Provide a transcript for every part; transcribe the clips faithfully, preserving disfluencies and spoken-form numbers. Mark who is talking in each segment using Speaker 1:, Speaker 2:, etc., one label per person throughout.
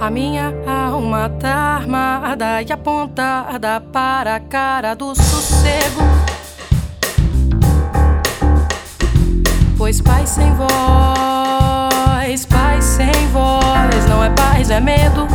Speaker 1: A minha alma tá armada e apontada para a cara do sossego. Pois paz sem voz, paz sem voz, não é paz, é medo.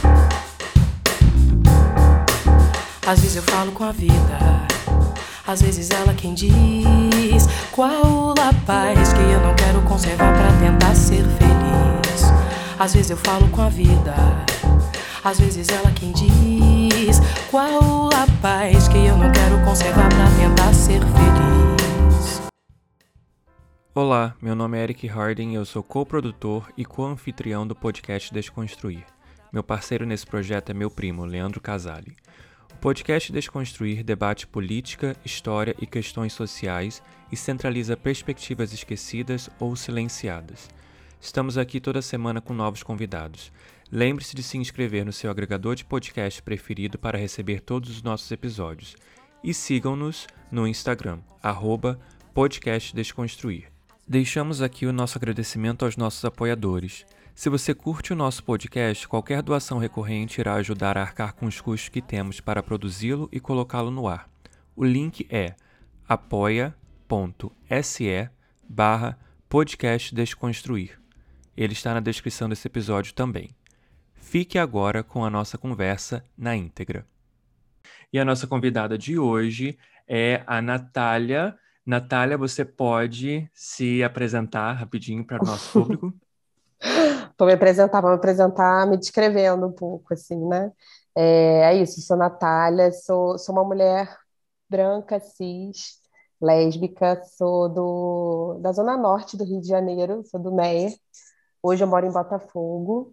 Speaker 1: Às vezes eu falo com a vida, às vezes ela quem diz qual a paz que eu não quero conservar pra tentar ser feliz. Às vezes eu falo com a vida, às vezes ela quem diz qual a paz que eu não quero conservar pra tentar ser feliz.
Speaker 2: Olá, meu nome é Eric Harding e eu sou co-produtor e co-anfitrião do podcast Desconstruir. Meu parceiro nesse projeto é meu primo, Leandro Casale. O podcast Desconstruir debate política, história e questões sociais e centraliza perspectivas esquecidas ou silenciadas. Estamos aqui toda semana com novos convidados. Lembre-se de se inscrever no seu agregador de podcast preferido para receber todos os nossos episódios. E sigam-nos no Instagram, arroba podcast Desconstruir. Deixamos aqui o nosso agradecimento aos nossos apoiadores. Se você curte o nosso podcast, qualquer doação recorrente irá ajudar a arcar com os custos que temos para produzi-lo e colocá-lo no ar. O link é apoia.se barra podcast Desconstruir. Ele está na descrição desse episódio também. Fique agora com a nossa conversa na íntegra. E a nossa convidada de hoje é a Natália. Natália, você pode se apresentar rapidinho para o nosso público?
Speaker 3: Vou me apresentar, vou me apresentar me descrevendo um pouco, assim, né? É, é isso, sou Natália, sou, sou uma mulher branca, cis, lésbica, sou do, da Zona Norte do Rio de Janeiro, sou do Meier. Hoje eu moro em Botafogo.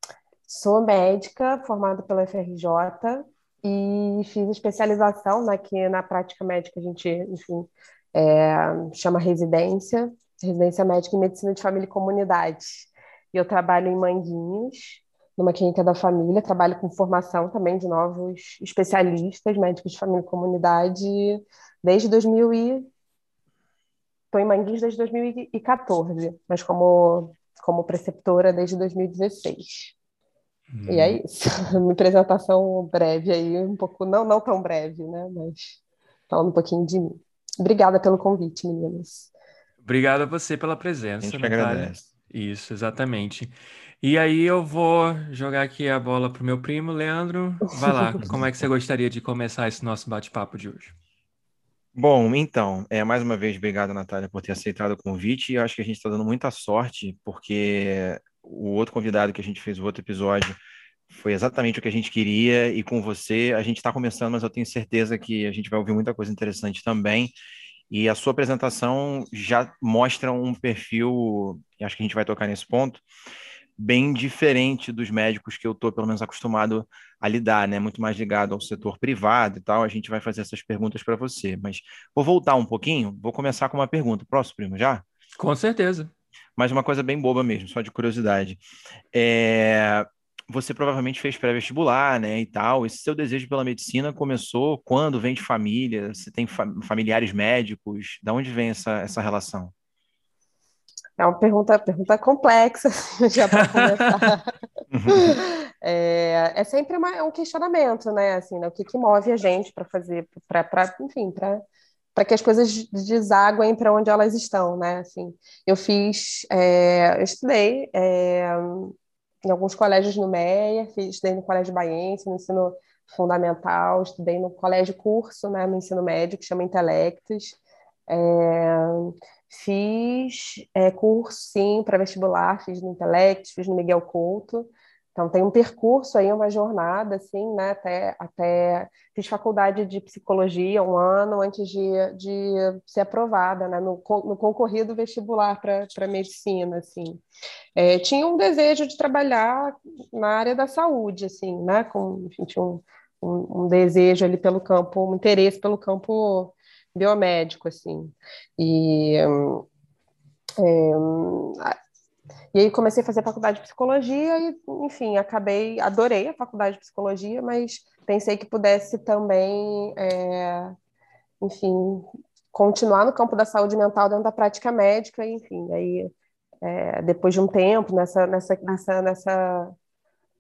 Speaker 3: Sou médica, formada pela F R J e fiz especialização, né, que na prática médica a gente, enfim, é, chama residência, residência médica em medicina de família e comunidade. E eu trabalho em Manguinhos, numa clínica da família, trabalho com formação também de novos especialistas, médicos de família e comunidade, desde dois mil e... Estou em Manguinhos desde dois mil e quatorze, mas como, como preceptora desde dois mil e dezesseis.
Speaker 2: Hum.
Speaker 3: E é isso. Uma apresentação breve aí, um pouco, não, não tão breve, né? Mas falando um pouquinho de mim. Obrigada pelo convite, meninas.
Speaker 2: Obrigado a você pela presença,
Speaker 4: A gente que
Speaker 2: Natália.
Speaker 4: agradece.
Speaker 2: Isso, exatamente. E aí eu vou jogar aqui a bola pro meu primo, Leandro. Vai lá, como é que você gostaria de começar esse nosso bate-papo de hoje?
Speaker 4: Bom, então, é, mais uma vez, obrigado, Natália, por ter aceitado o convite. E eu acho que a gente está dando muita sorte, porque o outro convidado que a gente fez o outro episódio foi exatamente o que a gente queria, e com você a gente está começando, mas eu tenho certeza que a gente vai ouvir muita coisa interessante também. E a sua apresentação já mostra um perfil, e acho que a gente vai tocar nesse ponto, bem diferente dos médicos que eu estou, pelo menos, acostumado a lidar, né? Muito mais ligado ao setor privado e tal. A gente vai fazer essas perguntas para você. Mas vou voltar um pouquinho, vou começar com uma pergunta. Posso, primo, já?
Speaker 2: Com certeza.
Speaker 4: Mas uma coisa bem boba mesmo, só de curiosidade. É... Você provavelmente fez pré-vestibular, né, e tal. Esse seu desejo pela medicina começou quando? Vem de família? Você tem fa- familiares médicos? Da onde vem essa, essa relação?
Speaker 3: É uma pergunta, pergunta complexa, assim, já para começar. É, é sempre uma- é um questionamento, né? Assim, né? O que que move a gente para fazer, para, enfim, para para que as coisas desaguem para onde elas estão, né? Assim, eu fiz, é, eu estudei é, em alguns colégios no Meier, fiz, estudei no Colégio Baiense, no ensino fundamental, estudei no colégio curso, né, no ensino médio, que chama Intelectus. É, fiz é, curso, sim, para vestibular, fiz no Intelectus, fiz no Miguel Couto. Então, tem um percurso aí, uma jornada, assim, né, até, até fiz faculdade de psicologia um ano antes de, de ser aprovada, né, no, no concorrido vestibular para medicina, assim. É, tinha um desejo de trabalhar na área da saúde, assim, né? Com, enfim, tinha um, um, um desejo ali pelo campo, um interesse pelo campo biomédico, assim. E, é, e aí comecei a fazer faculdade de psicologia e, enfim, acabei, adorei a faculdade de psicologia, mas pensei que pudesse também, é, enfim, continuar no campo da saúde mental dentro da prática médica, enfim, aí é, depois de um tempo nessa, nessa, nessa, nessa,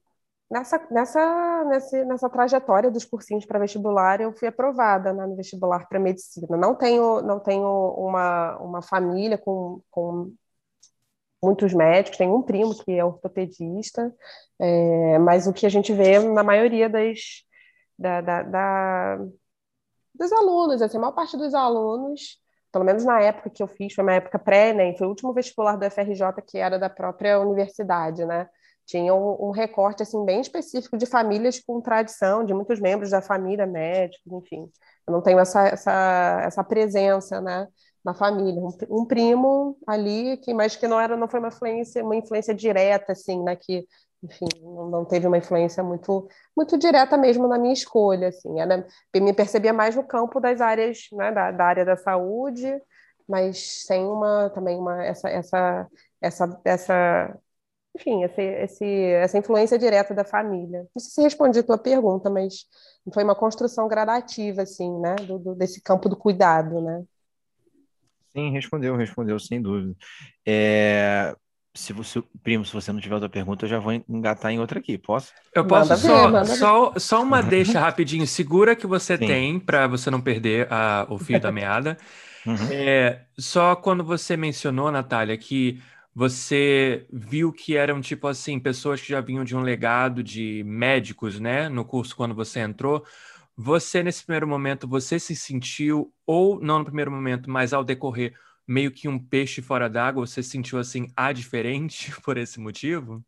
Speaker 3: nessa, nessa, nessa, nessa trajetória dos cursinhos para vestibular, eu fui aprovada, né, no vestibular para medicina. Não tenho, não tenho uma, uma família com, com muitos médicos, tenho um primo que é ortopedista, é, mas o que a gente vê na maioria das, da, da, da- dos alunos, assim, a maior parte dos alunos, pelo menos na época que eu fiz, foi uma época pré-ENEM, foi o último vestibular do F R J que era da própria universidade, né? Tinha um, um recorte assim bem específico de famílias com tradição, de muitos membros da família, médicos, enfim. Eu não tenho essa, essa, essa presença, né, na família. Um, um primo ali, que, mas que não era, não foi uma influência, uma influência direta, assim, né, que, enfim, não, não teve uma influência muito, muito direta mesmo na minha escolha, assim. Era, eu me percebia mais no campo das áreas, né, da, da área da saúde, mas sem uma, também uma, essa, essa, essa, essa enfim, esse, esse, essa influência direta da família. Não sei se respondi a tua pergunta, mas foi uma construção gradativa, assim, né, do, do- desse campo do cuidado, né?
Speaker 4: Sim, respondeu, respondeu, sem dúvida. É, se você, primo, se você não tiver outra pergunta, eu já vou engatar em outra aqui, posso?
Speaker 2: Eu posso
Speaker 3: Manda ver,
Speaker 2: só,
Speaker 3: manda ver.
Speaker 2: só, só uma deixa rapidinho, segura que você
Speaker 4: Sim.
Speaker 2: tem para você não perder a- o fio da meada.
Speaker 4: Uhum.
Speaker 2: É, só quando você mencionou, Natália, que você viu que eram tipo assim, pessoas que já vinham de um legado de médicos, né, no curso quando você entrou, você nesse primeiro momento, você se sentiu, ou não no primeiro momento, mas ao decorrer, meio que um peixe fora d'água, você se sentiu assim, a diferente por esse motivo?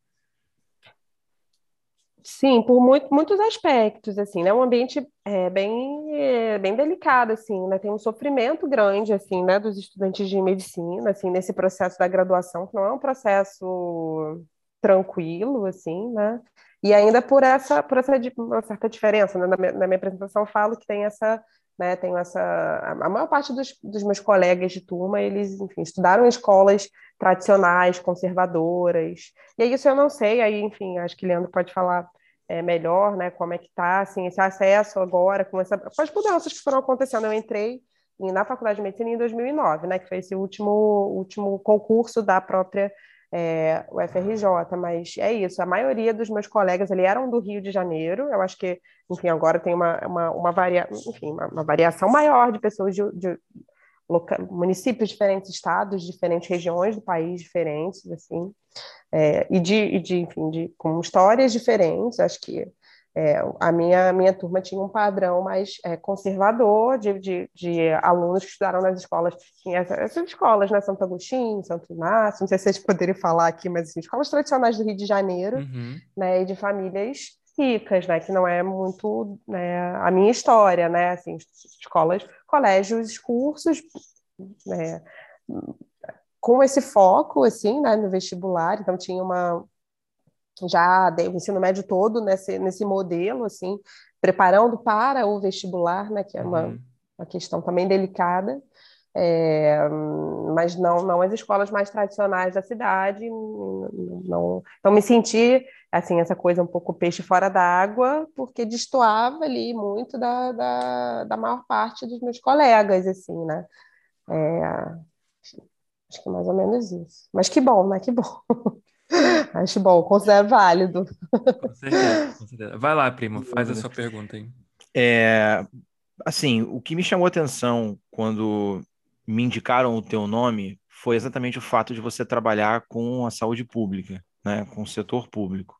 Speaker 3: Sim, por muito, muitos aspectos, assim, né? É um ambiente é, bem, é, bem delicado, assim, né? Tem um sofrimento grande, assim, né? Dos estudantes de medicina, assim, nesse processo da graduação, que não é um processo tranquilo, assim, né? E ainda por essa, por essa di- uma certa diferença, né? Na minha, na minha apresentação eu falo que tem essa, né? Tenho essa, a a maior parte dos, dos meus colegas de turma, eles, enfim, estudaram em escolas tradicionais, conservadoras. E aí isso eu não sei, aí, enfim, acho que Leandro pode falar é, melhor, né, como é que tá, assim, esse acesso agora, com, essa, com as mudanças que foram acontecendo. Eu entrei em- na Faculdade de Medicina em dois mil e nove, né, que foi esse último, último concurso da própria é, U F R J, mas é isso, a maioria dos meus colegas ali eram do Rio de Janeiro, eu acho que, enfim, agora tem uma, uma, uma, varia, enfim, uma, uma variação maior de pessoas de, de loca- municípios diferentes, estados diferentes, regiões do país diferentes, assim, é, e de, e de, enfim, de, com histórias diferentes. Acho que é, a minha, a minha turma tinha um padrão mais é, conservador de, de, de alunos que estudaram nas escolas, tinha essa- essas escolas, né, Santo Agostinho, Santo Inácio, não sei se vocês poderiam falar aqui, mas assim, escolas tradicionais do Rio de Janeiro,
Speaker 2: Uhum.
Speaker 3: né, e de famílias ricas, né, que não é muito, né, a minha história, né, assim, escolas, colégios, cursos, né, com esse foco, assim, né, no vestibular. Então tinha uma, já dei o ensino médio todo nesse, nesse modelo, assim, preparando para o vestibular, né, que é uma,
Speaker 2: Uhum.
Speaker 3: uma questão também delicada. É, mas não, não as escolas mais tradicionais da cidade, não, então me senti, assim, essa coisa um pouco peixe fora d'água, porque destoava ali muito da, da, da maior parte dos meus colegas, assim, né, é, acho que é mais ou menos isso. Mas que bom, né? Que bom. Acho bom, considero válido.
Speaker 2: Com certeza, com certeza. Vai lá, primo, faz a sua pergunta aí.
Speaker 4: É, assim, o que me chamou a atenção quando me indicaram o teu nome foi exatamente o fato de você trabalhar com a saúde pública, né, com o setor público.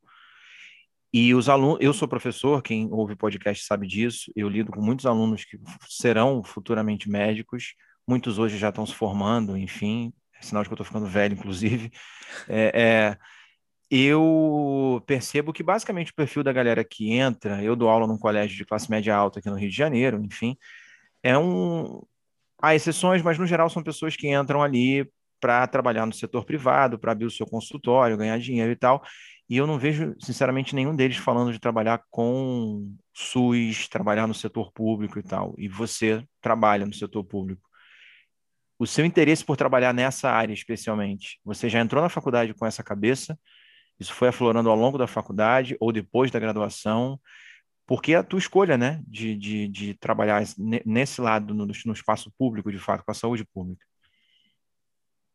Speaker 4: E os alunos, eu sou professor, quem ouve podcast sabe disso, eu lido com muitos alunos que serão futuramente médicos, muitos hoje já estão se formando, enfim, é sinal de que eu estou ficando velho, inclusive. É, é, eu percebo que basicamente o perfil da galera que entra, eu dou aula num colégio de classe média alta aqui no Rio de Janeiro, enfim, é um. Há exceções, mas no geral são pessoas que entram ali para trabalhar no setor privado, para abrir o seu consultório, ganhar dinheiro e tal. E eu não vejo, sinceramente, nenhum deles falando de trabalhar com SUS, trabalhar no setor público e tal. E você trabalha no setor público. O seu interesse por trabalhar nessa área, especialmente, você já entrou na faculdade com essa cabeça? Isso foi aflorando ao longo da faculdade ou depois da graduação? Porque é a tua escolha, né, de, de, de trabalhar nesse lado, no, no espaço público, de fato, com a saúde pública.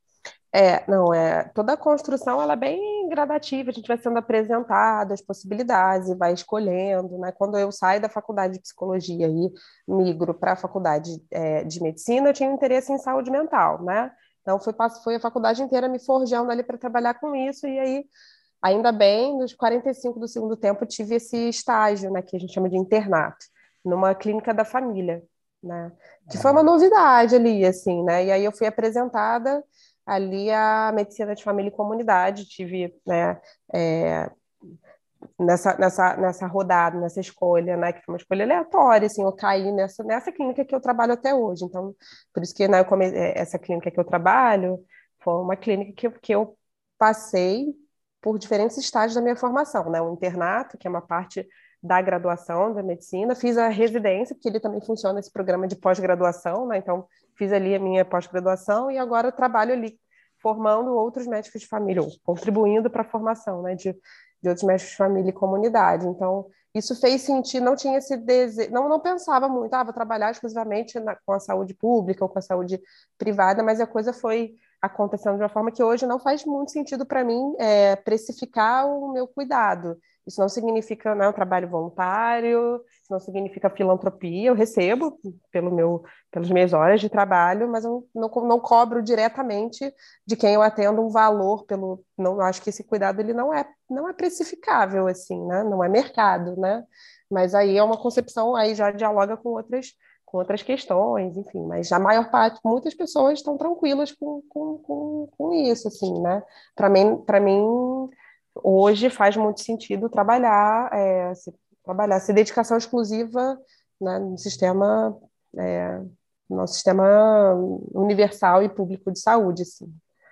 Speaker 3: É, não, é, toda a construção ela é bem gradativa, a gente vai sendo apresentado as possibilidades e vai escolhendo, né? Quando eu saio da faculdade de psicologia e migro para a faculdade é, de medicina, eu tinha um interesse em saúde mental, né? Então foi, passo- foi a faculdade inteira me forjando ali para trabalhar com isso, e aí, ainda bem, nos quarenta e cinco do segundo tempo, eu tive esse estágio, né, que a gente chama de internato, numa clínica da família, né? Que foi uma
Speaker 4: Uhum.
Speaker 3: novidade ali, assim, né? E aí eu fui apresentada ali a medicina de família e comunidade, tive, né, é, nessa, nessa, nessa rodada, nessa escolha, né, que foi uma escolha aleatória, assim, eu caí nessa, nessa clínica que eu trabalho até hoje, então, por isso que, né, eu come, é, essa clínica que eu trabalho foi uma clínica que, eu- que eu passei por diferentes estágios da minha formação, né, o internato, que é uma parte da graduação da medicina, fiz a residência, porque ele também funciona esse programa de pós-graduação, né, então fiz ali a minha pós-graduação e agora eu trabalho ali formando outros médicos de família, ou contribuindo para a formação, né, de de outros médicos de família e comunidade. Então, isso fez sentido, não tinha esse desejo, não, não pensava muito, ah, vou trabalhar exclusivamente na, com a saúde pública ou com a saúde privada, mas a coisa foi acontecendo de uma forma que hoje não faz muito sentido para mim é, precificar o meu cuidado. Isso não significa, né, um trabalho voluntário, isso não significa filantropia, eu recebo pelo meu, pelas minhas horas de trabalho, mas eu não, não cobro diretamente de quem eu atendo um valor pelo, não, eu acho que esse cuidado ele não é não é precificável assim, né? Não é mercado, né? Mas aí é uma concepção, aí já dialoga com outras com outras questões, enfim, mas a maior parte, muitas pessoas estão tranquilas com, com, com, com isso, assim, né? Para mim, para mim, hoje faz muito sentido trabalhar, é, se, trabalhar, se dedicação exclusiva, né, no sistema, é, no sistema universal e público de saúde, assim.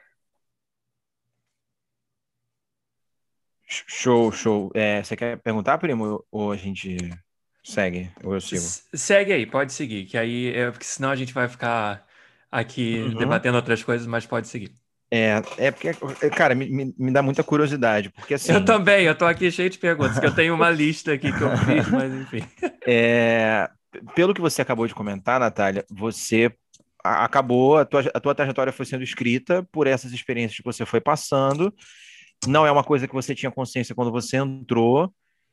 Speaker 4: Show, show. É, você quer perguntar, primo, ou a gente segue, ou eu sigo?
Speaker 2: S- Segue aí, pode seguir, que aí, é, porque senão a gente vai ficar aqui
Speaker 4: Uhum.
Speaker 2: debatendo outras coisas, mas pode seguir.
Speaker 4: É, é porque, cara, me, me, me dá muita curiosidade, porque
Speaker 2: Eu
Speaker 4: assim,
Speaker 2: também, eu tô aqui cheio de perguntas, que eu tenho uma lista aqui que eu fiz, mas enfim.
Speaker 4: é, pelo que você acabou de comentar, Natália, você a- acabou, a tua, a tua trajetória foi sendo escrita por essas experiências que você foi passando, não é uma coisa que você tinha consciência quando você entrou.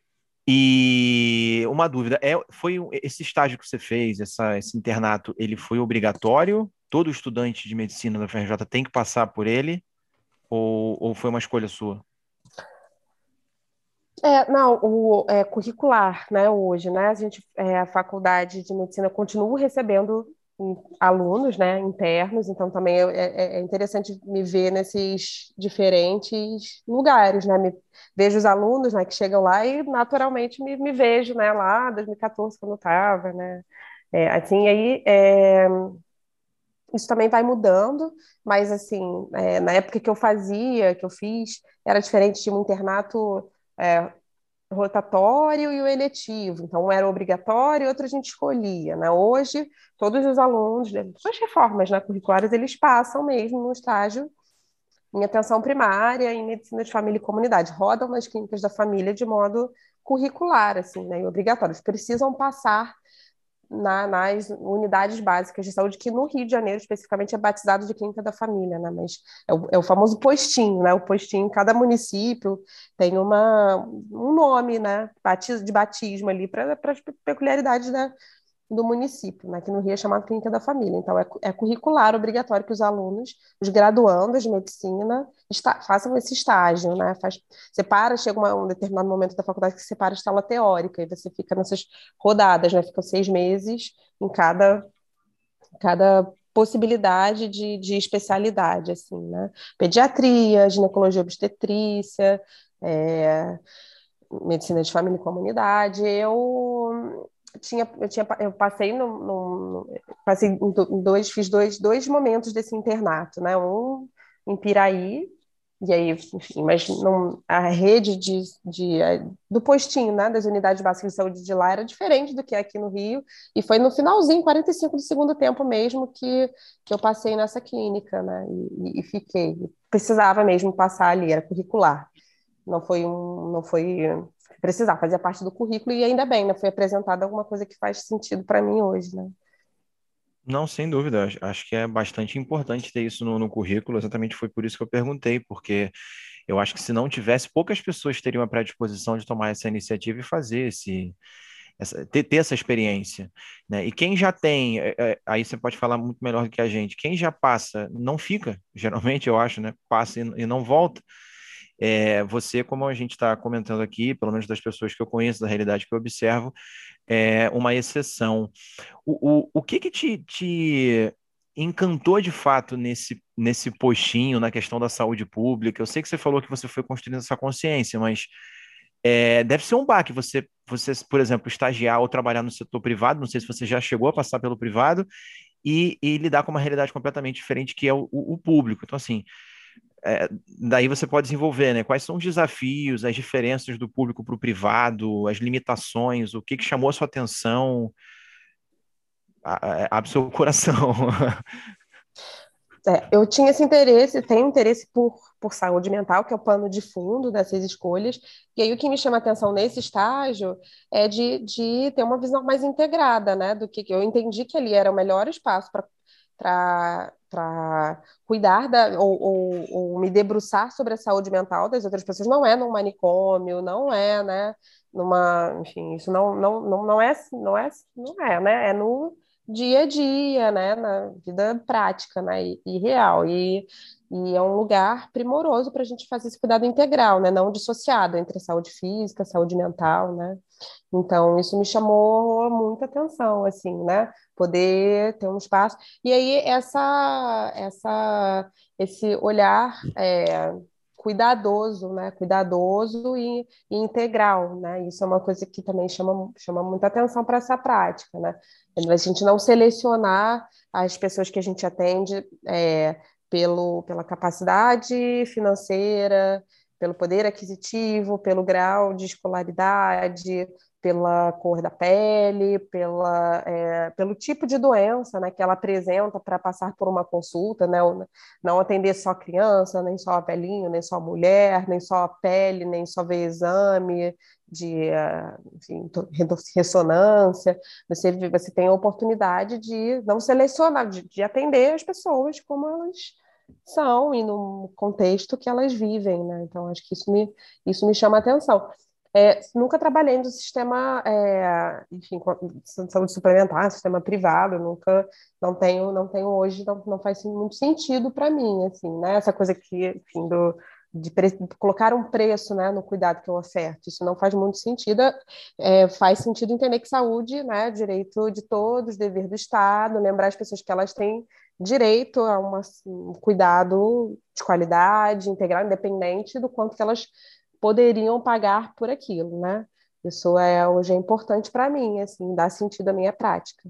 Speaker 4: E uma dúvida, é, foi um- esse estágio que você fez, essa, esse internato, ele foi obrigatório? Todo estudante de medicina da F R J tem que passar por ele? Ou, ou foi uma escolha sua?
Speaker 3: É, não, o é, curricular, né, hoje, né, a gente, é, a faculdade de medicina continua recebendo hum, alunos, né, internos, então também é, é- é interessante me ver nesses diferentes lugares, né, me, vejo os alunos, né, que chegam lá e naturalmente me, me vejo, né, lá, dois mil e quatorze, quando eu estava, né, é, assim, aí, é, isso também vai mudando, mas assim, é, na época que eu fazia, que eu fiz, era diferente, tinha um internato é, rotatório e o eletivo. Então, um era obrigatório e outro a gente escolhia, né? Hoje, todos os alunos, né, suas reformas, né, curriculares, eles passam mesmo no estágio em atenção primária, em medicina de família e comunidade. Rodam nas clínicas da família de modo curricular, assim, né, e obrigatório. Eles precisam passar na- nas unidades básicas de saúde, que no Rio de Janeiro, especificamente, é batizado de clínica da família, né? Mas é o, é o famoso postinho, né? O postinho, em cada município tem uma, um nome, né? Batiz, de batismo ali para as peculiaridades da, do município, né? Que no Rio é chamado Clínica da Família. Então, é, é curricular, obrigatório que os alunos, os graduandos de medicina, está, façam esse estágio, né? Faz, você para, chega uma, um determinado momento da faculdade que você para a escola teórica, e você fica nessas rodadas, né? Ficam seis meses em cada, cada possibilidade de, de especialidade, assim, né? Pediatria, ginecologia obstetrícia, é, medicina de família e comunidade. Eu tinha, eu tinha, eu passei no, no- passei em do- em dois, fiz dois, dois momentos desse internato, né? Um em Piraí, e aí, enfim, mas não, a rede de, de, eh, do postinho, né, das unidades básicas de saúde de lá era diferente do que é aqui no Rio, e foi no finalzinho, quarenta e cinco do segundo tempo mesmo, que, que eu passei nessa clínica, né, e, e e fiquei. Precisava mesmo passar ali, era curricular. Não foi um, não foi precisar, fazia parte do currículo e ainda bem, né? Foi apresentada alguma coisa que faz sentido para mim hoje, né?
Speaker 4: Não, sem dúvida. Acho acho que é bastante importante ter isso no, no currículo. Exatamente foi por isso que eu perguntei, porque eu acho que se não tivesse, poucas pessoas teriam a predisposição de tomar essa iniciativa e fazer esse, essa, ter, ter essa experiência, né? E quem já tem, é, é, aí você pode falar muito melhor do que a gente, quem já passa, não fica, geralmente eu acho, né? Passa e, e não volta. É, você, como a gente está comentando aqui, pelo menos das pessoas que eu conheço, da realidade que eu observo, é uma exceção. O, o, o que que te, te encantou de fato nesse, nesse postinho, na questão da saúde pública? Eu sei que você falou que você foi construindo essa consciência, mas é, deve ser um baque você, você, por exemplo, estagiar ou trabalhar no setor privado, não sei se você já chegou a passar pelo privado, e, e lidar com uma realidade completamente diferente que é o, o, o público. Então, assim, é, daí você pode desenvolver, né? Quais são os desafios, as diferenças do público para o privado, as limitações, o que que chamou a sua atenção, a- a- abre seu coração.
Speaker 3: É, eu tinha esse interesse, tenho interesse por, por saúde mental, que é o pano de fundo dessas escolhas. E aí o que me chama a atenção nesse estágio é de, de ter uma visão mais integrada, né? Do que que eu entendi que ali era o melhor espaço para para cuidar da, ou, ou, ou me debruçar sobre a saúde mental das outras pessoas. Não é num manicômio, não é, né? Numa, enfim, isso não, não, não, não é, não é, não é, né? É no dia a dia, né, na vida prática, né, e, e real. E, e é um lugar primoroso para a gente fazer esse cuidado integral, né, não dissociado entre saúde física, saúde mental, né. Então, isso me chamou muita atenção, assim, né, poder ter um espaço. E aí, essa, essa, esse olhar é, cuidadoso, né, cuidadoso e, e integral, né, isso é uma coisa que também chama, chama muita atenção para essa prática, né, a gente não selecionar as pessoas que a gente atende é, pelo, pela capacidade financeira, pelo poder aquisitivo, pelo grau de escolaridade, pela cor da pele, pela, é, pelo tipo de doença, né, que ela apresenta para passar por uma consulta, né, não atender só criança, nem só velhinho, nem só mulher, nem só a pele, nem só ver exame de eh, enfim, ressonância. Você, você tem a oportunidade de não selecionar, de, de atender as pessoas como elas são e no contexto que elas vivem, né? Então, acho que isso me, isso me chama a atenção. É, nunca trabalhei no sistema, é, enfim, saúde suplementar, sistema privado, nunca, não tenho, não tenho hoje, não, não faz muito sentido para mim, assim, né? Essa coisa que, enfim, do, de pre- colocar um preço, né, no cuidado que eu oferto, isso não faz muito sentido. É, faz sentido entender que saúde, né, é direito de todos, dever do Estado, lembrar as pessoas que elas têm direito a uma, um cuidado de qualidade, integral, independente do quanto que elas poderiam pagar por aquilo, né? Isso é hoje é importante para mim, assim, dá sentido à minha prática.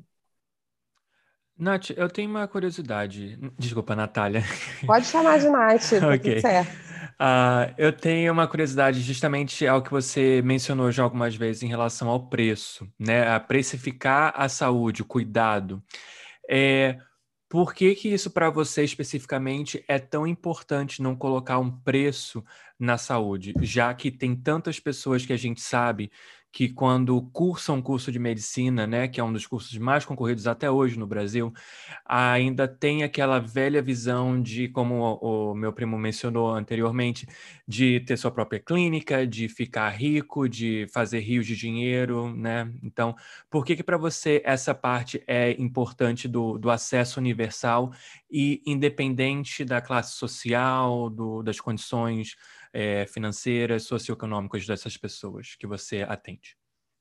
Speaker 2: Nath, eu tenho uma curiosidade. Desculpa, Natália.
Speaker 3: Pode chamar de Nath, tá tudo
Speaker 2: Ok.
Speaker 3: certo.
Speaker 2: Ah, eu tenho uma curiosidade justamente ao que você mencionou já algumas vezes em relação ao preço, né? A precificar a saúde, o cuidado. É, por que que isso para você especificamente é tão importante não colocar um preço na saúde, já que tem tantas pessoas que a gente sabe que quando cursam um curso de medicina, né, que é um dos cursos mais concorridos até hoje no Brasil, ainda tem aquela velha visão de, como o, o meu primo mencionou anteriormente, de ter sua própria clínica, de ficar rico, de fazer rios de dinheiro, né? Então, por que que para você essa parte é importante do, do acesso universal e independente da classe social, do, das condições é, financeiras, socioeconômicas dessas pessoas que você atende?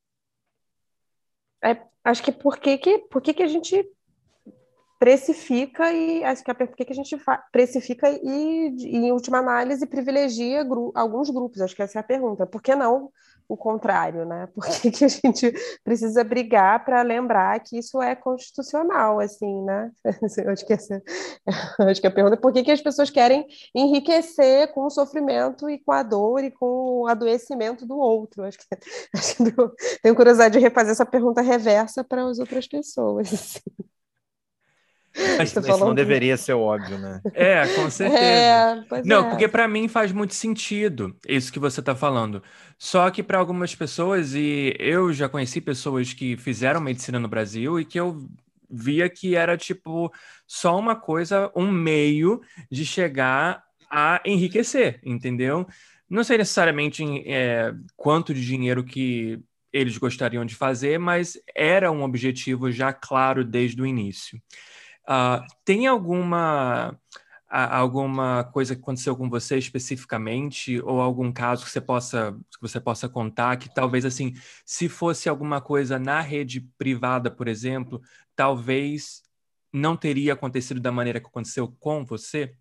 Speaker 3: É, acho que por que que, por que que a gente precifica e acho que a, por que que a gente fa- precifica e, e, em última análise, privilegia gru- alguns grupos? Acho que essa é a pergunta. Por que não o contrário, né? Por que que a gente precisa brigar para lembrar que isso é constitucional, assim, né? Eu acho que essa, acho que a pergunta é por que que as pessoas querem enriquecer com o sofrimento e com a dor e com o adoecimento do outro? Acho que, acho que eu tenho curiosidade de refazer essa pergunta reversa para as outras pessoas. Assim.
Speaker 4: Mas
Speaker 3: Você
Speaker 4: isso não
Speaker 3: falou.
Speaker 4: deveria ser óbvio, né?
Speaker 2: É, com certeza.
Speaker 3: É, pois
Speaker 2: Não,
Speaker 3: é.
Speaker 2: porque para mim faz muito sentido isso que você está falando. Só que para algumas pessoas, e eu já conheci pessoas que fizeram medicina no Brasil e que eu via que era, tipo, só uma coisa, um meio de chegar a enriquecer, entendeu? Não sei necessariamente é, quanto de dinheiro que eles gostariam de fazer, mas era um objetivo já claro desde o início. Uh, tem alguma, a, alguma coisa que aconteceu com você especificamente, ou algum caso que você possa, que você possa contar, que talvez, assim, se fosse alguma coisa na rede privada, por exemplo, talvez não teria acontecido da maneira que aconteceu com você?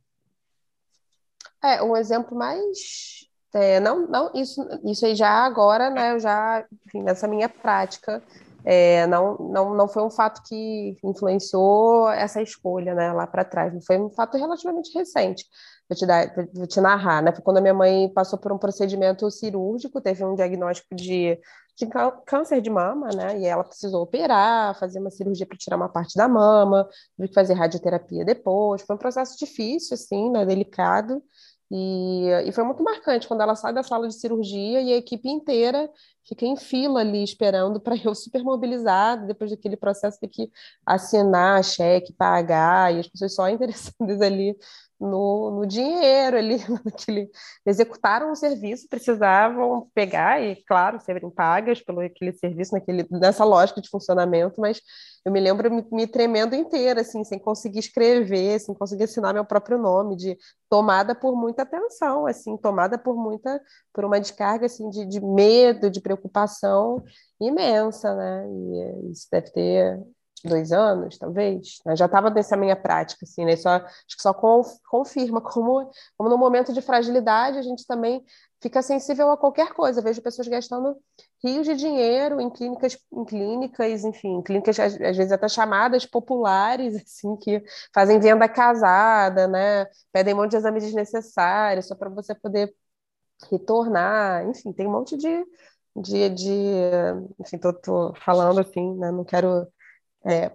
Speaker 3: É, um exemplo mais. É, não, não, isso, isso aí já agora, né? Eu já, enfim, nessa minha prática, é, não, não, não foi um fato que influenciou essa escolha, né, lá para trás. Foi um fato relativamente recente. Vou te dar, vou te narrar, né? Foi quando a minha mãe passou por um procedimento cirúrgico, teve um diagnóstico de, de cá- câncer de mama, né? E ela precisou operar, fazer uma cirurgia para tirar uma parte da mama, teve que fazer radioterapia depois. Foi um processo difícil, assim, né? Delicado. E, e foi muito marcante quando ela sai da sala de cirurgia e a equipe inteira fica em fila ali esperando para eu super mobilizada, depois daquele processo de que assinar cheque, pagar, e as pessoas só interessadas ali no, no dinheiro, ali, naquele, executaram o serviço, precisavam pegar e, claro, serem pagas pelo aquele serviço, naquele, nessa lógica de funcionamento, mas eu me lembro me, me tremendo inteira, assim, sem conseguir escrever, sem conseguir assinar meu próprio nome, de tomada por muita tensão, assim, tomada por muita, por uma descarga, assim, de, de medo, de preocupação imensa, né? E isso deve ter dois anos, talvez. Eu já estava nessa minha prática, assim, né? Só, acho que só confirma como, como no momento de fragilidade a gente também fica sensível a qualquer coisa. Eu vejo pessoas gastando rios de dinheiro em clínicas, em clínicas, enfim, clínicas às, às vezes até chamadas populares, assim, que fazem venda casada, né? Pedem um monte de exames desnecessários só para você poder retornar. Enfim, tem um monte de, de, de enfim, tô, tô falando assim, né? Não quero é,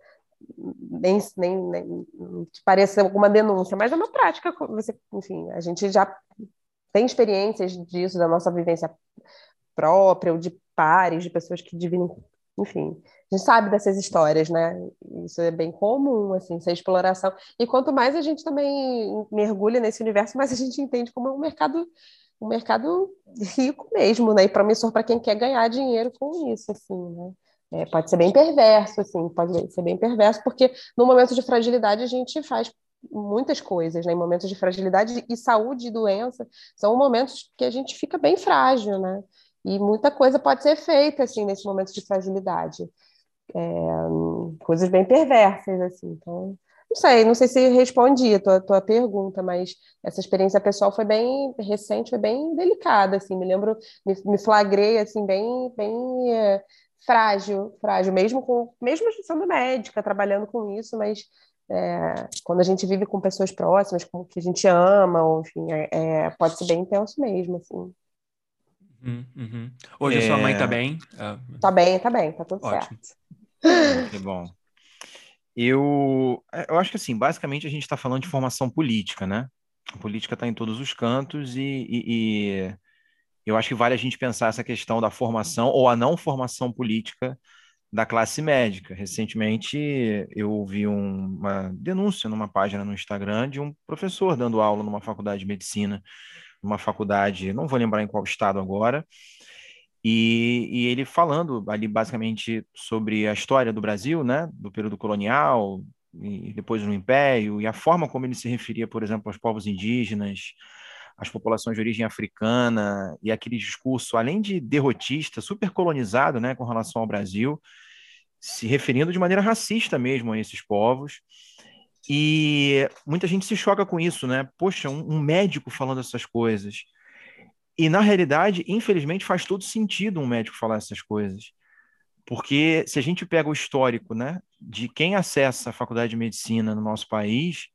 Speaker 3: nem, nem, nem te pareça alguma denúncia, mas é uma prática. Você, enfim, a gente já tem experiências disso, da nossa vivência própria, ou de pares, de pessoas que dividem, enfim, a gente sabe dessas histórias, né? Isso é bem comum, assim, essa exploração. E quanto mais a gente também mergulha nesse universo, mais a gente entende como é um mercado, um mercado rico mesmo, né? E promissor para quem quer ganhar dinheiro com isso, assim, né? É, pode ser bem perverso, assim, pode ser bem perverso, porque no momento de fragilidade a gente faz muitas coisas, né? Em momentos de fragilidade e saúde e doença são momentos que a gente fica bem frágil, né? E muita coisa pode ser feita, assim, nesse momento de fragilidade. É, coisas bem perversas, assim. Então, não sei, não sei se respondi a tua, tua pergunta, mas essa experiência pessoal foi bem recente, foi bem delicada, assim. Me lembro, me, me flagrei, assim, bem, bem é, frágil, frágil, mesmo com, mesmo sendo médica, trabalhando com isso, mas é, quando a gente vive com pessoas próximas, com que a gente ama, ou, enfim, é, é, pode ser bem intenso mesmo, assim.
Speaker 2: Uhum, uhum. Hoje a sua mãe tá
Speaker 4: É,
Speaker 2: bem? Ah,
Speaker 3: Tá bem, tá bem, tá tudo
Speaker 2: ótimo.
Speaker 3: certo.
Speaker 4: ah, que bom. Eu, é, eu acho que assim, basicamente a gente está falando de formação política, né? A política está em todos os cantos e, e, e eu acho que vale a gente pensar essa questão da formação ou a não formação política da classe médica. Recentemente eu vi um- uma denúncia numa página no Instagram de um professor dando aula numa faculdade de medicina, numa faculdade, não vou lembrar em qual estado agora, e, e ele falando ali basicamente sobre a história do Brasil, né, do período colonial e depois no Império, e a forma como ele se referia, por exemplo, aos povos indígenas, às populações de origem africana, e aquele discurso, além de derrotista, super colonizado, né, com relação ao Brasil, se referindo de maneira racista mesmo a esses povos. E muita gente se choca com isso, né? Poxa, um, um médico falando essas coisas. E na realidade, infelizmente, faz todo sentido um médico falar essas coisas. Porque se a gente pega o histórico, né, de quem acessa a faculdade de medicina no nosso país,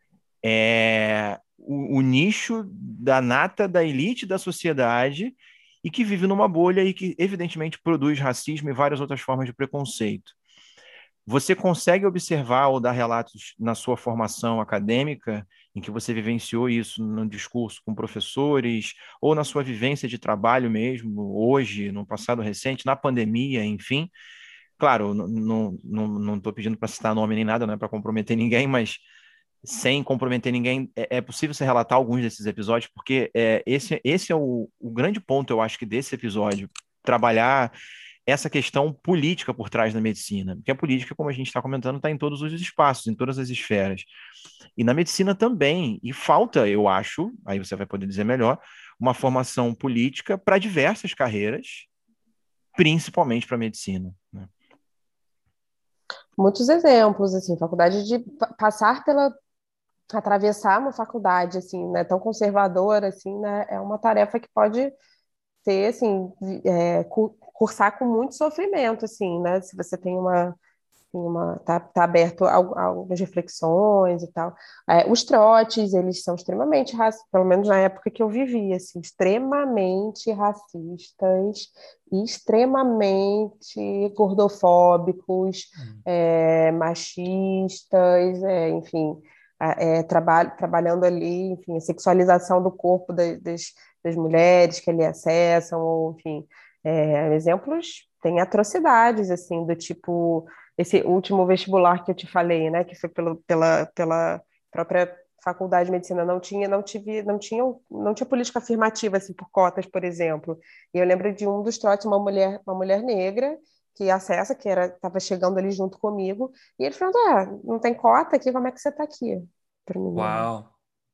Speaker 4: é o, o nicho da nata da elite da sociedade e que vive numa bolha e que, evidentemente, produz racismo e várias outras formas de preconceito. Você consegue observar ou dar relatos na sua formação acadêmica, em que você vivenciou isso no discurso com professores, ou na sua vivência de trabalho mesmo, hoje, no passado recente, na pandemia, enfim, claro, não não não não estou pedindo para citar nome nem nada, não é para comprometer ninguém, mas sem comprometer ninguém, é, é possível você relatar alguns desses episódios, porque é, esse, esse é o, o grande ponto, eu acho que desse episódio, trabalhar essa questão política por trás da medicina, porque a política, como a gente está comentando, está em todos os espaços, em todas as esferas, e na medicina também, e falta, eu acho, aí você vai poder dizer melhor, uma formação política para diversas carreiras, principalmente para a medicina, né?
Speaker 3: Muitos exemplos, assim, faculdade de pa- passar pela atravessar uma faculdade assim, né, tão conservadora assim, né, é uma tarefa que pode ter assim, vi- é, cu- cursar com muito sofrimento assim, né? Se você tem uma tem uma tá, tá aberto a, a algumas reflexões e tal. É, os trotes, eles são extremamente racistas, pelo menos na época que eu vivi, assim, extremamente racistas, extremamente gordofóbicos,
Speaker 2: Hum.
Speaker 3: é, machistas, é, enfim, é, traba trabalhando ali, enfim, a sexualização do corpo da- das, das mulheres que ali acessam, ou, enfim, é, exemplos, tem atrocidades, assim, do tipo esse último vestibular que eu te falei, né, que foi pelo, pela, pela própria faculdade de medicina, não tinha, não tive, não tinha, não tinha política afirmativa assim por cotas, por exemplo. E eu lembro de um dos trotes, uma mulher, uma mulher negra que acessa, que era, estava chegando ali junto comigo, e ele falou: ah, não tem cota aqui, como é que você está aqui? Para mim.
Speaker 2: Uau!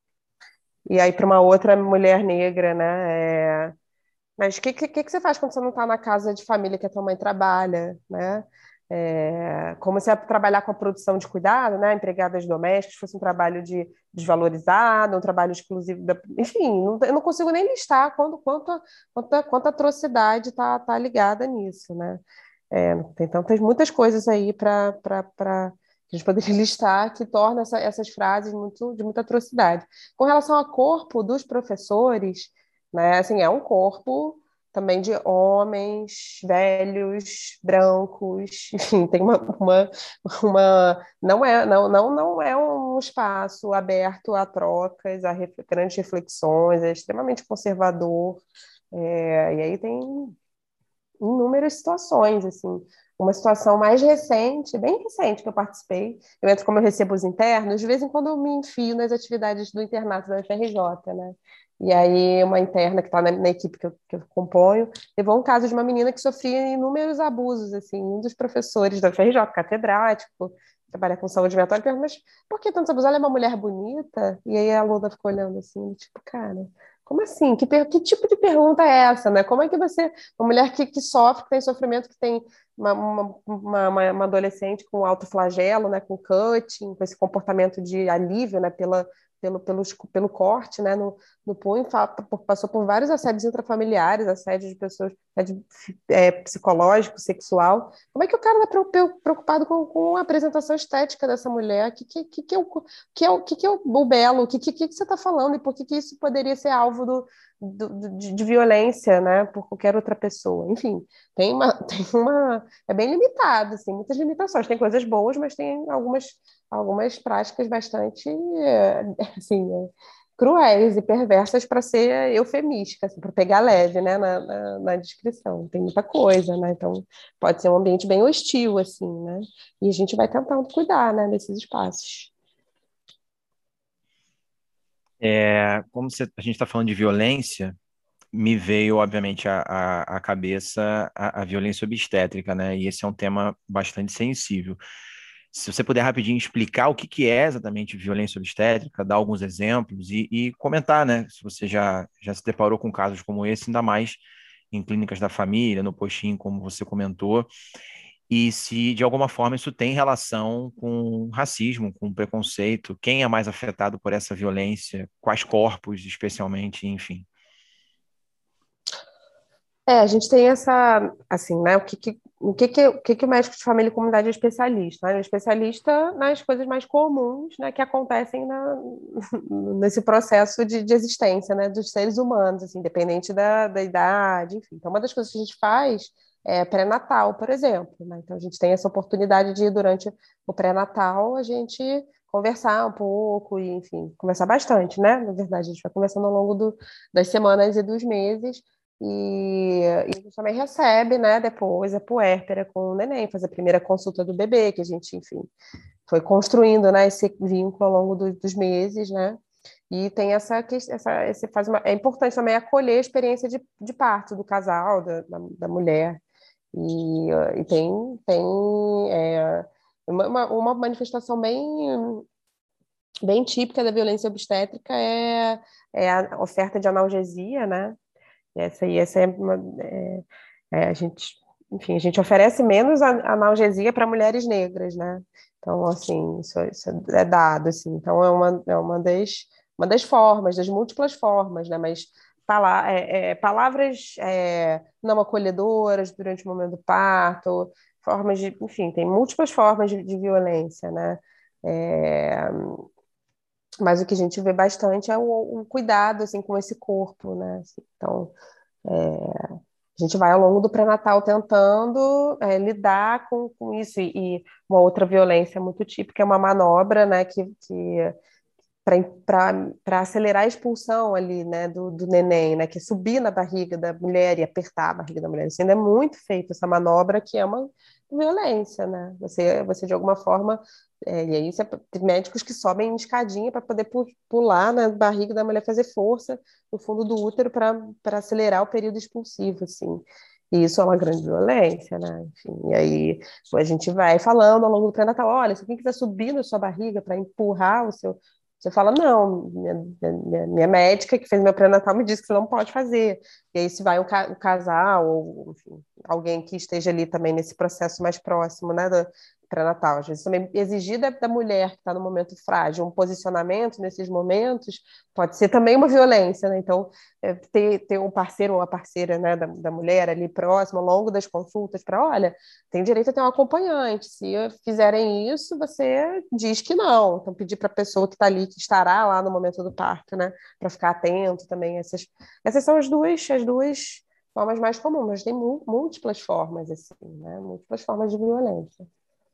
Speaker 3: E aí para uma outra mulher negra, né? É, mas o que, que, que você faz quando você não está na casa de família que a tua mãe trabalha, né? É, como se é trabalhar com a produção de cuidado, né? Empregadas domésticas, fosse um trabalho de desvalorizado, um trabalho exclusivo da... Enfim, não, eu não consigo nem listar quanto, quanto, quanto, quanta atrocidade está tá ligada nisso, né? É, tem tantas, muitas coisas aí para que a gente poderia listar que torna essa, essas frases muito, de muita atrocidade. Com relação ao corpo dos professores, né? Assim, é um corpo também de homens velhos, brancos, enfim, tem uma, uma, uma não é não, não, não é um espaço aberto a trocas, a ref, grandes reflexões, é extremamente conservador, é, e aí tem inúmeras situações, assim. Uma situação mais recente, bem recente que eu participei, eu entro como eu recebo os internos, de vez em quando eu me enfio nas atividades do internato da U F R J, né? E aí uma interna que está na, na equipe que eu, que eu componho, levou um caso de uma menina que sofria inúmeros abusos, assim, um dos professores da U F R J, catedrático, trabalha com saúde mental, ele perguntou: mas por que tantos abusos? Ela é uma mulher bonita? E aí a aluna ficou olhando assim, tipo, cara, como assim? Que, per- que tipo de pergunta é essa, né? Como é que você uma mulher que, que sofre, que tem sofrimento, que tem uma, uma, uma, uma- uma adolescente com alto flagelo, né, com cutting, com esse comportamento de alívio, né, pela, pelo, pelo, pelo corte, né, no, no punho, fa- por- passou por vários assédios intrafamiliares, assédio de pessoas, assédio, é, psicológico, sexual. Como é que o cara está preocupado com, com a apresentação estética dessa mulher? O que, que, que, que, é o, que, é o, que, que é o, o belo? O que, que, que você está falando? E por que, que isso poderia ser alvo do, do, do- de, de violência, né, por qualquer outra pessoa? Enfim, tem uma, tem uma, é bem limitado, assim, muitas limitações. Tem coisas boas, mas tem algumas, algumas práticas bastante, é, assim, é, cruéis e perversas para ser eufemística, assim, para pegar leve, né, na, na, na descrição. Tem muita coisa, né? Então pode ser um ambiente bem hostil, assim, né? E a gente vai tentando cuidar, né, desses espaços.
Speaker 4: É, como você- a gente está falando de violência, me veio, obviamente, à à- à cabeça a, a violência obstétrica, né? E esse é um tema bastante sensível. Se você puder rapidinho explicar o que que é exatamente violência obstétrica, dar alguns exemplos e, e comentar, né? Se você já, já se deparou com casos como esse, ainda mais em clínicas da família, no postinho, como você comentou, e se de alguma forma isso tem relação com racismo, com preconceito, quem é mais afetado por essa violência, quais corpos, especialmente, enfim.
Speaker 3: É, a gente tem essa, assim, né, o que que, o que que, o que que o médico de família e comunidade é especialista, né? Ele é especialista nas coisas mais comuns, né, que acontecem na, nesse processo de, de existência, né, dos seres humanos, assim, independente da, da idade, enfim. Então, uma das coisas que a gente faz é pré-natal, por exemplo, né? Então, a gente tem essa oportunidade de, durante o pré-natal, a gente conversar um pouco e, enfim, conversar bastante, né? Na verdade, a gente vai conversando ao longo do, das semanas e dos meses, E, e a gente também recebe, né, depois a puérpera com o neném, faz a primeira consulta do bebê, que a gente, enfim, foi construindo, né, esse vínculo ao longo do, dos meses, né, e tem essa questão, essa, esse faz uma, é importante também acolher a experiência de, de parto do casal, da, da, da mulher, e, e tem, tem é, uma, uma manifestação bem, bem típica da violência obstétrica é, é a oferta de analgesia, né, essa aí, essa é uma, é, é, a gente, enfim, a gente oferece menos analgesia para mulheres negras, né? Então, assim, isso, isso é dado, assim. Então, é uma, é uma das, uma das formas, das múltiplas formas, né? Mas pala é, é, palavras é, não acolhedoras durante o momento do parto, formas de, enfim, tem múltiplas formas de, de violência, né? É, mas o que a gente vê bastante é o, o cuidado, assim, com esse corpo, né? Assim, então, é, a gente vai ao longo do pré-natal tentando é, lidar com, com isso. E, e uma outra violência muito típica é uma manobra, né, que, que para acelerar a expulsão ali, né, do, do neném, né, que é subir na barriga da mulher e apertar a barriga da mulher. Isso ainda é muito feito, essa manobra, que é uma violência, né? Você, você de alguma forma, é, e aí você, tem médicos que sobem em escadinha para poder pu- pular na barriga da mulher, fazer força no fundo do útero para para acelerar o período expulsivo, assim. E isso é uma grande violência, né? Enfim, e aí a gente vai falando ao longo do pré-natal, olha, se alguém quiser subir na sua barriga para empurrar o seu, você fala, não, minha, minha, minha médica que fez meu pré-natal me disse que você não pode fazer. E aí, se vai um, ca um casal, ou enfim, alguém que esteja ali também nesse processo mais próximo, né, do pré-natal. Às vezes também exigir da, da mulher que está no momento frágil um posicionamento nesses momentos pode ser também uma violência, né? Então, é, ter, ter um parceiro ou a parceira, né, da, da mulher ali próximo, ao longo das consultas, para, olha, tem direito a ter um acompanhante. Se fizerem isso, você diz que não. Então, pedir para a pessoa que está ali, que estará lá no momento do parto, né, para ficar atento também. Essas, essas são as duas, as duas formas mais comuns, mas tem múltiplas formas, assim, né, múltiplas formas de violência.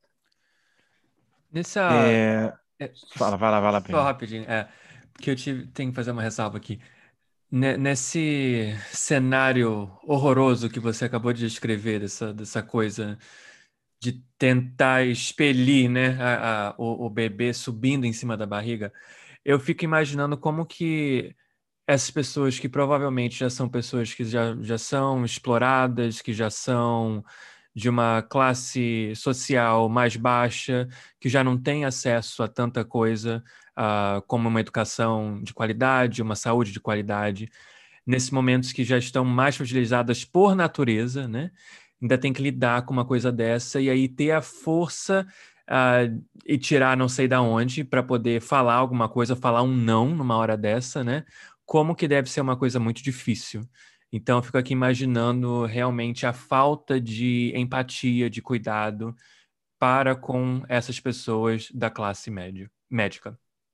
Speaker 2: Nessa.
Speaker 4: É...
Speaker 2: É,
Speaker 4: Fala, vai lá, vai lá,
Speaker 2: só
Speaker 4: primo.
Speaker 2: rapidinho, é, porque eu tive, tenho que fazer uma ressalva aqui. Ne- Nesse cenário horroroso que você acabou de descrever, dessa, dessa coisa de tentar expelir, né, a, a- o, o bebê subindo em cima da barriga, eu fico imaginando como que essas pessoas que provavelmente já são pessoas que já, já são exploradas, que já são de uma classe social mais baixa, que já não têm acesso a tanta coisa, ah, como uma educação de qualidade, uma saúde de qualidade, nesses momentos que já estão mais fragilizadas por natureza, né? Ainda tem que lidar com uma coisa dessa e aí ter a força ah, e tirar não sei da onde para poder falar alguma coisa, falar um não numa hora dessa, né? Como que deve ser uma coisa muito difícil. Então, eu fico aqui imaginando realmente a falta de empatia, de cuidado para com essas pessoas da classe média, médica.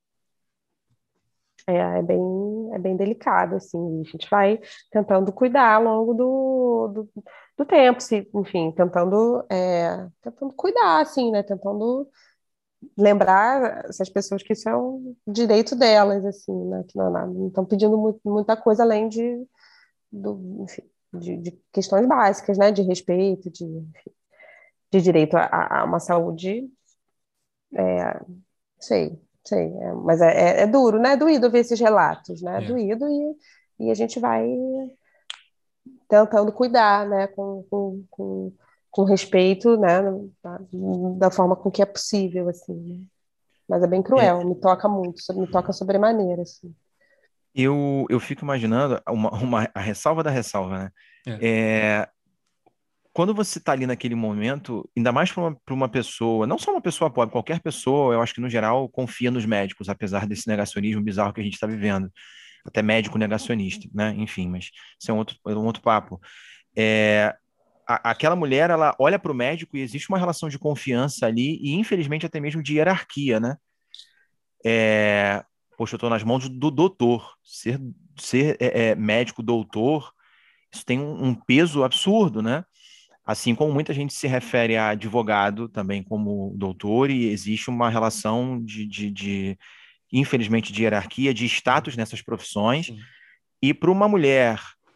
Speaker 3: É, é bem, é bem delicado, assim, a gente vai tentando cuidar ao longo do, do, do tempo, se, enfim, tentando, é, tentando cuidar, assim, né, tentando lembrar essas pessoas que isso é um direito delas, assim, né, que não, não estão pedindo mu- muita coisa além de, do, enfim, de, de questões básicas, né, de respeito, de, de direito a, a uma saúde, sei, sei, é, mas é, é, é duro, né, é doído ver esses relatos, né, é
Speaker 2: É.
Speaker 3: doído e, e a gente vai tentando cuidar, né, com, com, com, com respeito, né, da, da forma com que é possível, assim, né? Mas é bem
Speaker 4: É,
Speaker 3: cruel, me toca muito, so- me toca sobremaneira, assim.
Speaker 4: eu, eu fico imaginando uma, uma, a ressalva da ressalva, né?
Speaker 2: É.
Speaker 4: É, quando você está ali naquele momento, ainda mais para uma, pra uma pessoa, não só uma pessoa pobre, qualquer pessoa, eu acho que no geral confia nos médicos, apesar desse negacionismo bizarro que a gente está vivendo. Até médico negacionista, né? Enfim, mas isso é um outro, é um outro papo. É, a- aquela mulher, ela olha para o médico e existe uma relação de confiança ali e, infelizmente, até mesmo de hierarquia, né? É, poxa, eu estou nas mãos do doutor. Ser, ser é, é, médico doutor, isso tem um, um peso absurdo, né? Assim como muita gente se refere a advogado também como doutor, e existe uma relação de, de, de infelizmente, de hierarquia, de
Speaker 2: Uhum.
Speaker 4: status nessas profissões.
Speaker 2: Sim.
Speaker 4: E para uma mulher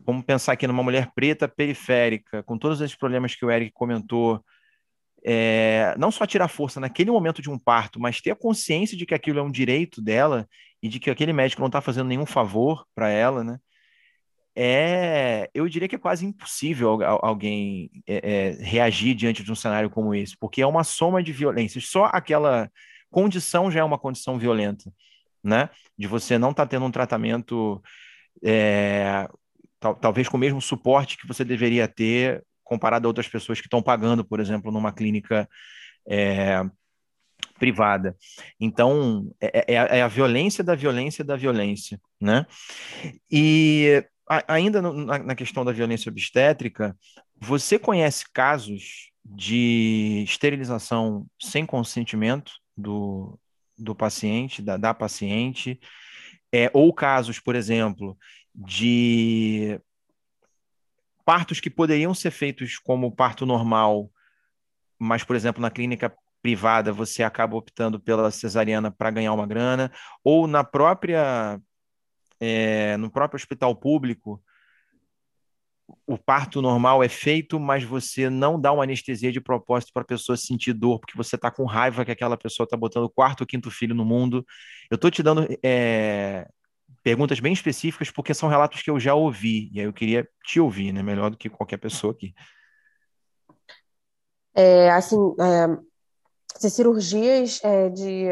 Speaker 4: Vamos pensar aqui numa mulher preta periférica, com todos esses problemas que o Eric comentou, é, não só tirar força naquele momento de um parto, mas ter a consciência de que aquilo é um direito dela e de que aquele médico não está fazendo nenhum favor para ela, né? É, eu diria que é quase impossível al- alguém é, é, reagir diante de um cenário como esse, porque é uma soma de violências. Só aquela condição já é uma condição violenta, né? De você não estar tendo um tratamento, é, tal- talvez com o mesmo suporte que você deveria ter comparado a outras pessoas que estão pagando, por exemplo, numa clínica é, privada. Então, é, é a é a violência da violência da violência, né? E a- ainda no- na, na questão da violência obstétrica, você conhece casos de esterilização sem consentimento do, do paciente, da, da paciente, é, ou casos, por exemplo, de partos que poderiam ser feitos como parto normal, mas, por exemplo, na clínica privada você acaba optando pela cesariana para ganhar uma grana, ou na própria, é, no próprio hospital público o parto normal é feito, mas você não dá uma anestesia de propósito para a pessoa sentir dor, porque você está com raiva que aquela pessoa está botando o quarto ou quinto filho no mundo. Eu estou te dando é, perguntas bem específicas, porque são relatos que eu já ouvi, e aí eu queria te ouvir, né? Melhor do que qualquer pessoa aqui.
Speaker 3: É, assim, é, essas cirurgias é, de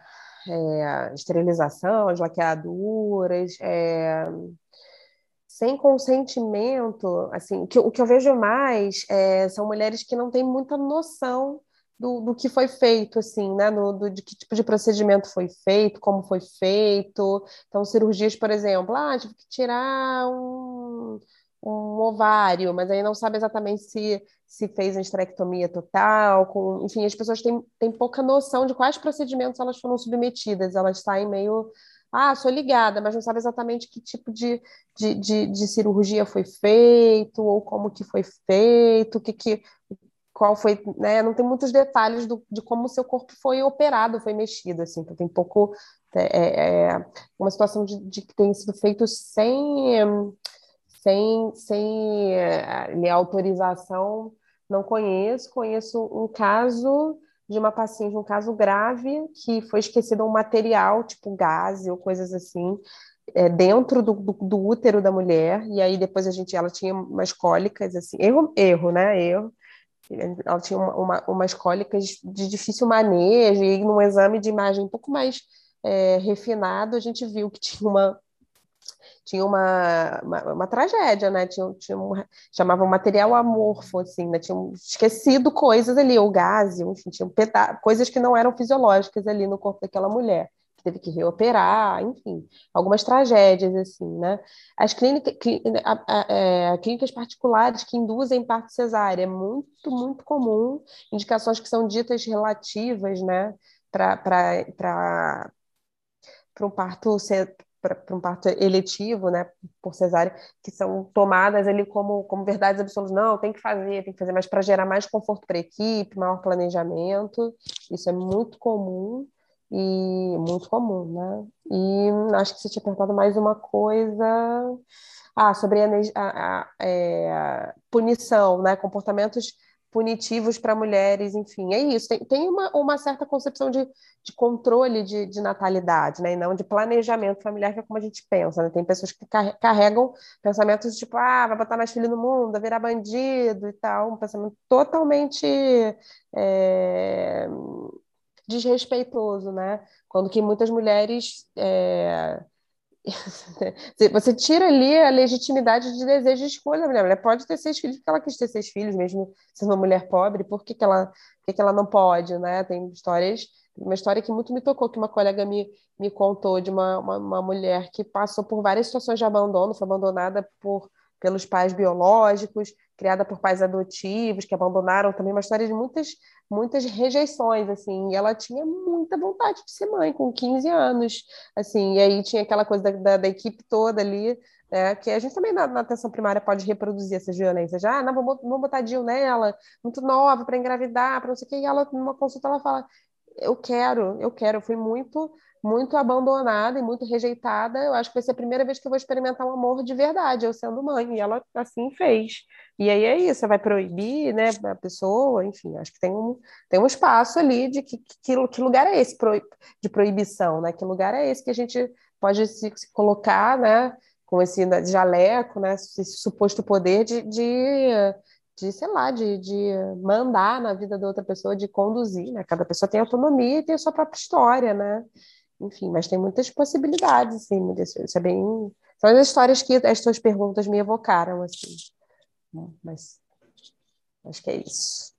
Speaker 3: é, esterilização, de laqueaduras, é, sem consentimento, assim, que, o que eu vejo mais é, são mulheres que não têm muita noção do, do que foi feito, assim, né? No, do, de que tipo de procedimento foi feito, como foi feito. Então, cirurgias, por exemplo, ah, tive que tirar um, um ovário, mas aí não sabe exatamente se, se fez a esterectomia total, com, enfim, as pessoas têm, têm pouca noção de quais procedimentos elas foram submetidas, elas saem meio, ah, sou ligada, mas não sabe exatamente que tipo de de, de, de cirurgia foi feito, ou como que foi feito, que, que, qual foi, né? Não tem muitos detalhes do, de como o seu corpo foi operado, foi mexido, assim, então tem pouco, é, é, uma situação de, de que tem sido feito sem, sem, sem é, minha autorização, não conheço, conheço um caso de uma paciente, um caso grave, que foi esquecido um material, tipo gás ou coisas assim, é, dentro do, do, do útero da mulher, e aí depois a gente, ela tinha umas cólicas, assim, erro, erro, né, erro, ela tinha uma, uma, umas cólicas de difícil manejo, e num exame de imagem um pouco mais é, refinado, a gente viu que tinha uma, tinha uma, uma, uma tragédia, né, tinha, tinha um, chamava um material amorfo, assim, né, tinham esquecido coisas ali, ou gás, enfim, tinham peta coisas que não eram fisiológicas ali no corpo daquela mulher, teve que reoperar, enfim, algumas tragédias, assim, né? As clínica, clí- a- a- é, clínicas particulares que induzem parto cesárea é muito, muito comum, indicações que são ditas relativas, né, para para um parto para um parto eletivo, né, por cesárea, que são tomadas ali como, como verdades absolutas. Não, tem que fazer, tem que fazer, mas para gerar mais conforto para a equipe, maior planejamento, isso é muito comum e muito comum, né? E acho que você tinha perguntado mais uma coisa. Ah, sobre a, a- a- é, punição, né? Comportamentos punitivos para mulheres, enfim, é isso. Tem, tem uma, uma certa concepção de, de controle de, de natalidade, né? E não de planejamento familiar, que é como a gente pensa, né? Tem pessoas que carre- carregam pensamentos tipo, ah, vai botar mais filho no mundo, vai virar bandido e tal, um pensamento totalmente é, desrespeitoso, né? Quando que muitas mulheres é, você tira ali a legitimidade de desejo de escolha da mulher. A mulher pode ter seis filhos porque ela quis ter seis filhos, mesmo sendo uma mulher pobre. Por que que ela, por que que ela não pode, né? Tem histórias, uma história que muito me tocou, que uma colega me, me contou de uma, uma, uma mulher que passou por várias situações de abandono, foi abandonada por, pelos pais biológicos, criada por pais adotivos, que abandonaram também, uma história de muitas, muitas rejeições, assim, e ela tinha muita vontade de ser mãe, com quinze anos, assim, e aí tinha aquela coisa da, da, da equipe toda ali, né, que a gente também na, na atenção primária pode reproduzir essas violências, já, ah, não, vamos, vamos botar D I U nela, muito nova para engravidar, para não sei o que, e ela, numa consulta, ela fala, eu quero, eu quero, eu fui muito muito abandonada e muito rejeitada, eu acho que vai ser a primeira vez que eu vou experimentar um amor de verdade, eu sendo mãe, e ela assim fez. E aí é isso, você vai proibir, né, a pessoa, enfim, acho que tem um, tem um espaço ali de que, que, que lugar é esse pro- de proibição, né? Que lugar é esse que a gente pode se, se colocar, né, com esse né, jaleco, né, esse suposto poder de, de, de, sei lá, de, de mandar na vida da outra pessoa, de conduzir, né? Cada pessoa tem autonomia e tem a sua própria história, né? Enfim, mas tem muitas possibilidades, assim, isso, isso é bem... São as histórias que as suas perguntas me evocaram, assim, né? Mas acho que é isso.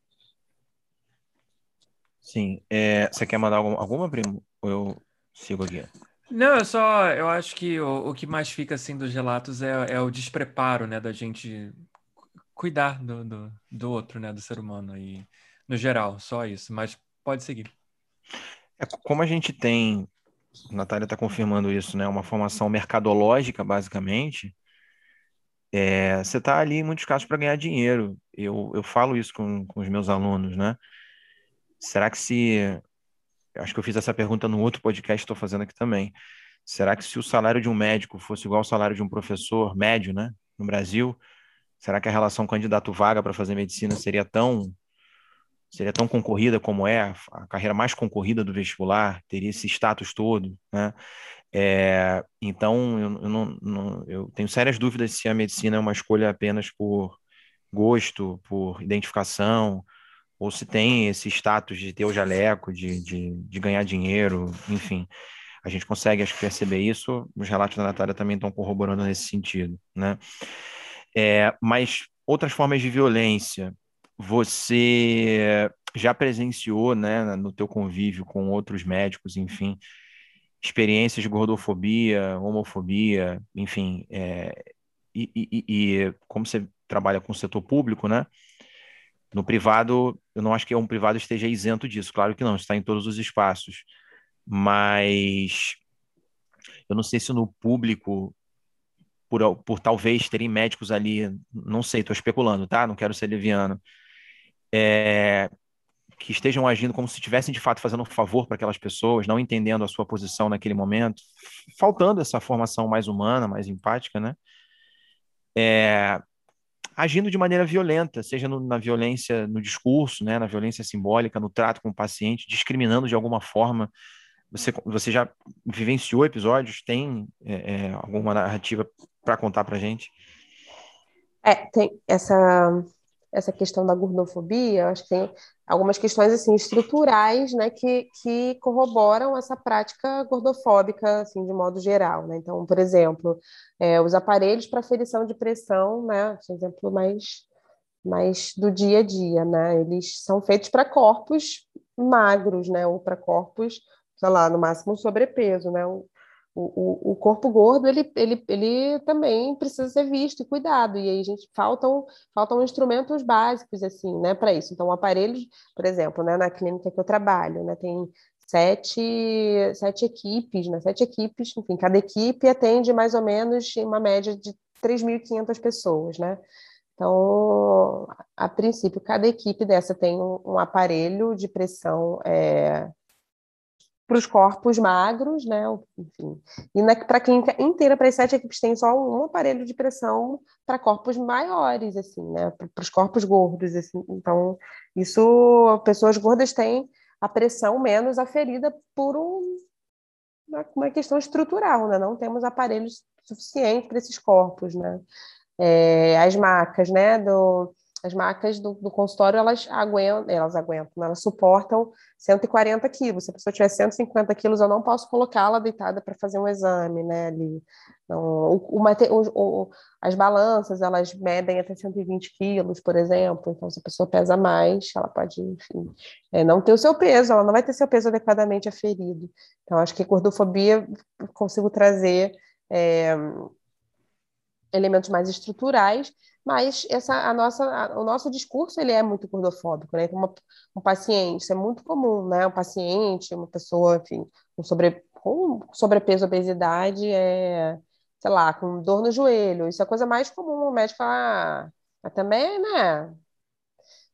Speaker 4: Sim. É, você quer mandar algum, alguma, primo? Ou eu sigo aqui?
Speaker 2: Não, eu só, eu acho que o, o que mais fica assim dos relatos é, é o despreparo, né, da gente cuidar do, do, do outro, né, do ser humano e no geral, só isso. Mas pode seguir.
Speaker 4: É, como a gente tem, a Natália está confirmando isso, né? Uma formação mercadológica, basicamente. É, você está ali, em muitos casos, para ganhar dinheiro. Eu, eu falo isso com, com os meus alunos, né? Será que se. Acho que eu fiz essa pergunta no outro podcast, estou fazendo aqui também. Será que se o salário de um médico fosse igual ao salário de um professor médio, né? No Brasil, será que a relação candidato-vaga para fazer medicina seria tão, seria tão concorrida como é? A carreira mais concorrida do vestibular teria esse status todo, né? É, então, eu, eu não, não- eu tenho sérias dúvidas se a medicina é uma escolha apenas por gosto, por identificação, ou se tem esse status de ter o jaleco, de, de, de ganhar dinheiro, enfim. A gente consegue, acho que, perceber isso. Os relatos da Natália também estão corroborando nesse sentido, né? É, mas outras formas de violência, você já presenciou, né, no teu convívio com outros médicos, enfim, experiências de gordofobia, homofobia, enfim, é, e, e, e como você trabalha com o setor público, né? No privado, eu não acho que um privado esteja isento disso, claro que não, está em todos os espaços, mas eu não sei se no público, por, por talvez terem médicos ali, não sei, estou especulando, tá? Não quero ser leviano, é, que estejam agindo como se estivessem de fato fazendo um favor para aquelas pessoas, não entendendo a sua posição naquele momento, faltando essa formação mais humana, mais empática, né? É, agindo de maneira violenta, seja no, na violência no discurso, né, na violência simbólica, no trato com o paciente, discriminando de alguma forma. Você, você já vivenciou episódios? Tem é, é, alguma narrativa para contar para gente?
Speaker 3: É, tem essa, essa questão da gordofobia, eu acho que tem algumas questões assim estruturais, né, que, que corroboram essa prática gordofóbica, assim, de modo geral, né? Então, por exemplo, é, os aparelhos para aferição de pressão, né, esse exemplo mais, mais do dia a dia, né? Eles são feitos para corpos magros, né, ou para corpos, sei lá, no máximo sobrepeso, né? O, o, o corpo gordo, ele, ele, ele também precisa ser visto e cuidado, e aí, gente, faltam, faltam instrumentos básicos, assim, né, para isso. Então, aparelhos, por exemplo, né, na clínica que eu trabalho, né, tem sete, sete equipes, né, sete equipes, enfim, cada equipe atende mais ou menos em uma média de três mil e quinhentas pessoas, né? Então, a princípio, cada equipe dessa tem um, um aparelho de pressão é, para os corpos magros, né? Enfim. E para a clínica inteira, para as sete equipes, tem só um aparelho de pressão para corpos maiores, assim, né? Para os corpos gordos, assim. Então, isso, pessoas gordas têm a pressão menos aferida por um, uma, uma questão estrutural, né? Não temos aparelhos suficientes para esses corpos, né? É, as macas, né, do, as macas do, do consultório, elas aguentam, elas aguentam, elas suportam cento e quarenta quilos. Se a pessoa tiver cento e cinquenta quilos, eu não posso colocá-la deitada para fazer um exame, né, ali. Então, o, o, o, o, as balanças, elas medem até cento e vinte quilos, por exemplo. Então, se a pessoa pesa mais, ela pode, enfim, é, não ter o seu peso, ela não vai ter seu peso adequadamente aferido. Então, acho que gordofobia consigo trazer é, elementos mais estruturais, mas essa, a nossa, a, o nosso discurso ele é muito gordofóbico, né? Então, uma, um paciente, isso é muito comum, né? Um paciente, uma pessoa, enfim, com, sobre, com sobrepeso, obesidade, é, sei lá, com dor no joelho, isso é a coisa mais comum, o médico fala, ah, mas também, né?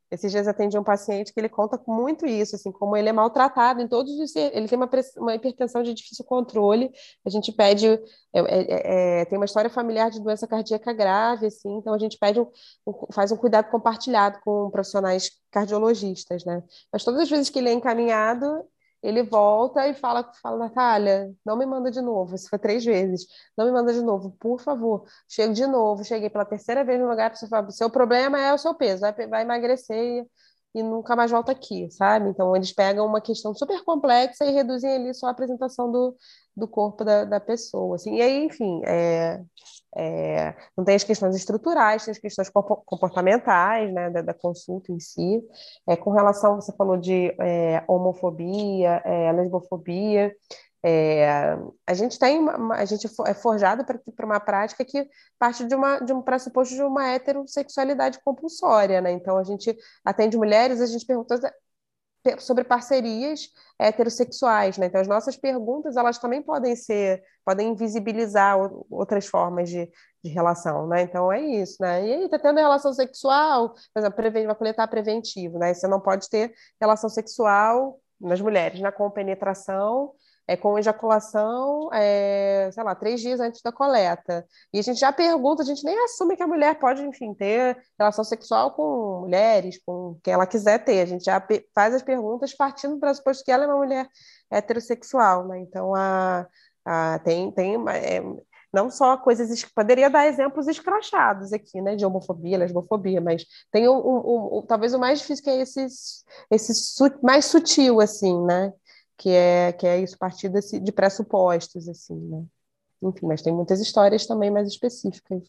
Speaker 3: Esses dias atendi um paciente que ele conta muito isso, assim, como ele é maltratado em todos os... Ele tem uma, press- uma hipertensão de difícil controle, a gente pede... é, é, é, tem uma história familiar de doença cardíaca grave, assim, então a gente pede um, um- faz um cuidado compartilhado com profissionais cardiologistas, né? Mas todas as vezes que ele é encaminhado, ele volta e fala, fala, Natália, não me manda de novo, isso foi três vezes, não me manda de novo, por favor. Chego de novo, cheguei pela terceira vez no lugar, a pessoa fala, seu problema é o seu peso, vai, vai emagrecer e, e nunca mais volta aqui, sabe? Então, eles pegam uma questão super complexa e reduzem ali só a apresentação do, do corpo da, da pessoa, assim. E aí, enfim, é, é, não tem as questões estruturais, tem as questões compo- comportamentais, né, da, da consulta em si. É, com relação, você falou de é, homofobia, é, lesbofobia, é, a gente tem uma, uma- a gente é fo- é forjado para uma prática que parte de, uma, de um pressuposto de uma heterossexualidade compulsória, né? Então a gente atende mulheres, a gente pergunta pe- sobre parcerias heterossexuais, né? Então as nossas perguntas elas também podem ser, podem invisibilizar o- outras formas de, de relação, né? Então é isso, né? E aí tá tendo relação sexual, por exemplo, preven- vai coletar preventivo, né? Você não pode ter relação sexual nas mulheres, né? Com penetração, é, com ejaculação, é, sei lá, três dias antes da coleta. E a gente já pergunta, a gente nem assume que a mulher pode, enfim, ter relação sexual com mulheres, com quem ela quiser ter. A gente já pe- faz as perguntas partindo do pressuposto que ela é uma mulher heterossexual, né? Então, a, a, tem, tem uma, é, não só coisas... es- Poderia dar exemplos escrachados aqui, né? De homofobia, lesbofobia, mas tem um, um- um- um- talvez o mais difícil que é esse, esse su- mais sutil, assim, né? Que é, que é isso, partir desse, de pressupostos, assim, né? Enfim, mas tem muitas histórias também mais específicas.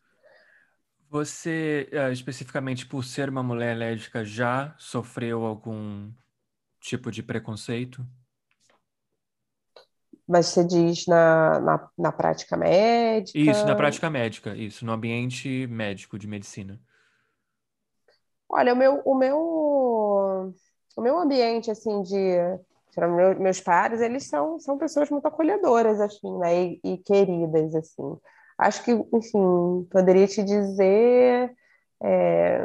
Speaker 2: Você, eh, especificamente por ser uma mulher lésbica, já sofreu algum tipo de preconceito?
Speaker 3: Mas você diz na, na, na prática médica.
Speaker 2: Isso, na prática médica, isso, no ambiente médico de medicina.
Speaker 3: Olha, o meu, o meu, o meu ambiente, assim, de... Tirando meu- meus pares, eles são, são pessoas muito acolhedoras, assim, né? E, e queridas, assim. Acho que, enfim, poderia te dizer... É,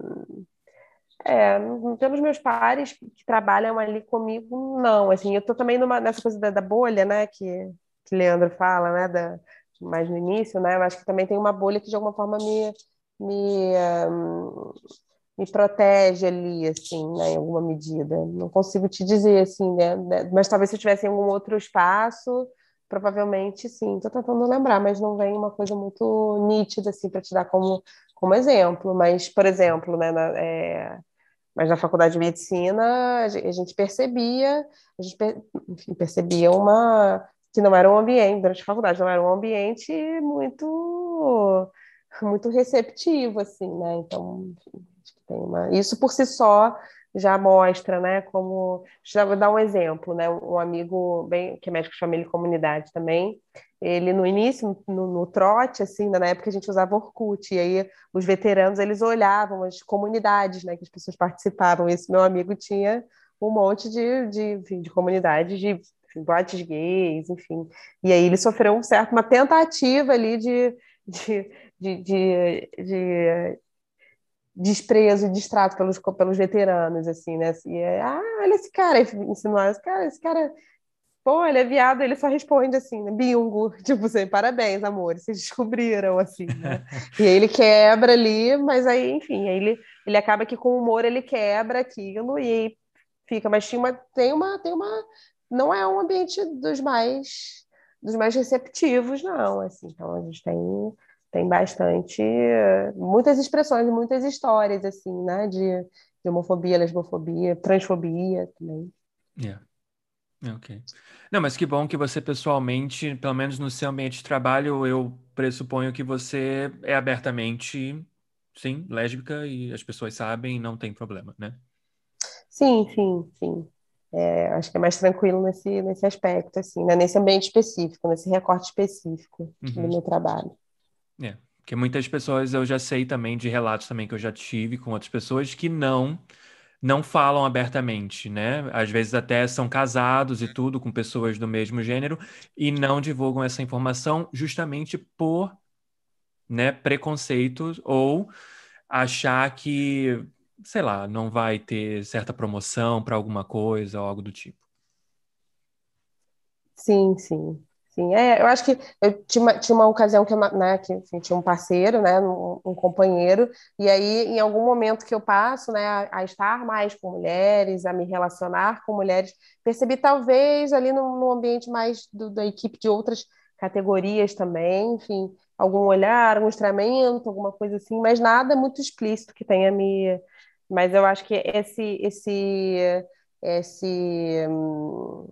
Speaker 3: é, pelos meus pares que trabalham ali comigo, não, assim, eu tô também numa, nessa coisa da, da bolha, né, que, que Leandro fala, né, da, mais no início, né, eu acho que também tem uma bolha que de alguma forma me, me, hum, me protege ali, assim, né, em alguma medida. Não consigo te dizer, assim, né, né, mas talvez se eu tivesse em algum outro espaço, provavelmente sim. Estou tentando lembrar, mas não vem uma coisa muito nítida, assim, para te dar como, como exemplo. Mas, por exemplo, né, na, é, mas na faculdade de medicina, a gen- a gente percebia, a gente per- enfim, percebia uma que não era um ambiente, durante a faculdade, não era um ambiente muito muito receptivo, assim, né? Então, enfim, acho que tem uma... Isso por si só já mostra, né? Como... Já vou dar um exemplo, né? Um amigo bem, que é médico de família e comunidade também, ele no início, no, no trote, assim, na época a gente usava Orkut, e aí os veteranos, eles olhavam as comunidades, né, que as pessoas participavam. Esse meu amigo tinha um monte de, de, enfim, de comunidades, de enfim, boates gays, enfim. E aí ele sofreu um certo, uma tentativa ali de, de, de, de, de desprezo e distrato pelos, pelos veteranos, assim, né? E é, ah, olha esse cara, insinuar, esse cara, esse cara pô, ele é viado, ele só responde assim, né? Biungo, tipo assim, parabéns, amor, vocês descobriram, assim, né? E aí ele quebra ali, mas aí, enfim, aí ele, ele acaba que com o humor ele quebra aquilo e aí fica, mas tinha uma, tem uma, tem uma, não é um ambiente dos mais, dos mais receptivos, não, assim, então a gente tem, tem bastante, eh, muitas expressões, muitas histórias, assim, né, de, de homofobia, lesbofobia, transfobia também.
Speaker 2: É, é, ok. Não, mas que bom que você pessoalmente, pelo menos no seu ambiente de trabalho, eu pressuponho que você é abertamente, sim, lésbica e as pessoas sabem e não tem problema, né?
Speaker 3: Sim, sim, sim. É, acho que é mais tranquilo nesse, nesse aspecto, assim, né? Nesse ambiente específico, nesse recorte específico do
Speaker 2: Uhum.
Speaker 3: meu trabalho.
Speaker 2: É, porque muitas pessoas eu já sei também de relatos também que eu já tive com outras pessoas que não não falam abertamente, né? Às vezes até são casados e tudo com pessoas do mesmo gênero e não divulgam essa informação justamente por, né, preconceito ou achar que sei lá, não vai ter certa promoção para alguma coisa ou algo do tipo.
Speaker 3: Sim, sim. Sim, é, eu acho que eu tinha uma, tinha uma ocasião que, eu, né, que enfim, tinha um parceiro, né, um, um companheiro, e aí em algum momento que eu passo, né, a, a estar mais com mulheres, a me relacionar com mulheres, percebi talvez ali no, no ambiente mais do- da equipe de outras categorias também, enfim, algum olhar, algum estranhamento, alguma coisa assim, mas nada muito explícito que tenha me... Mas eu acho que esse, esse, esse hum,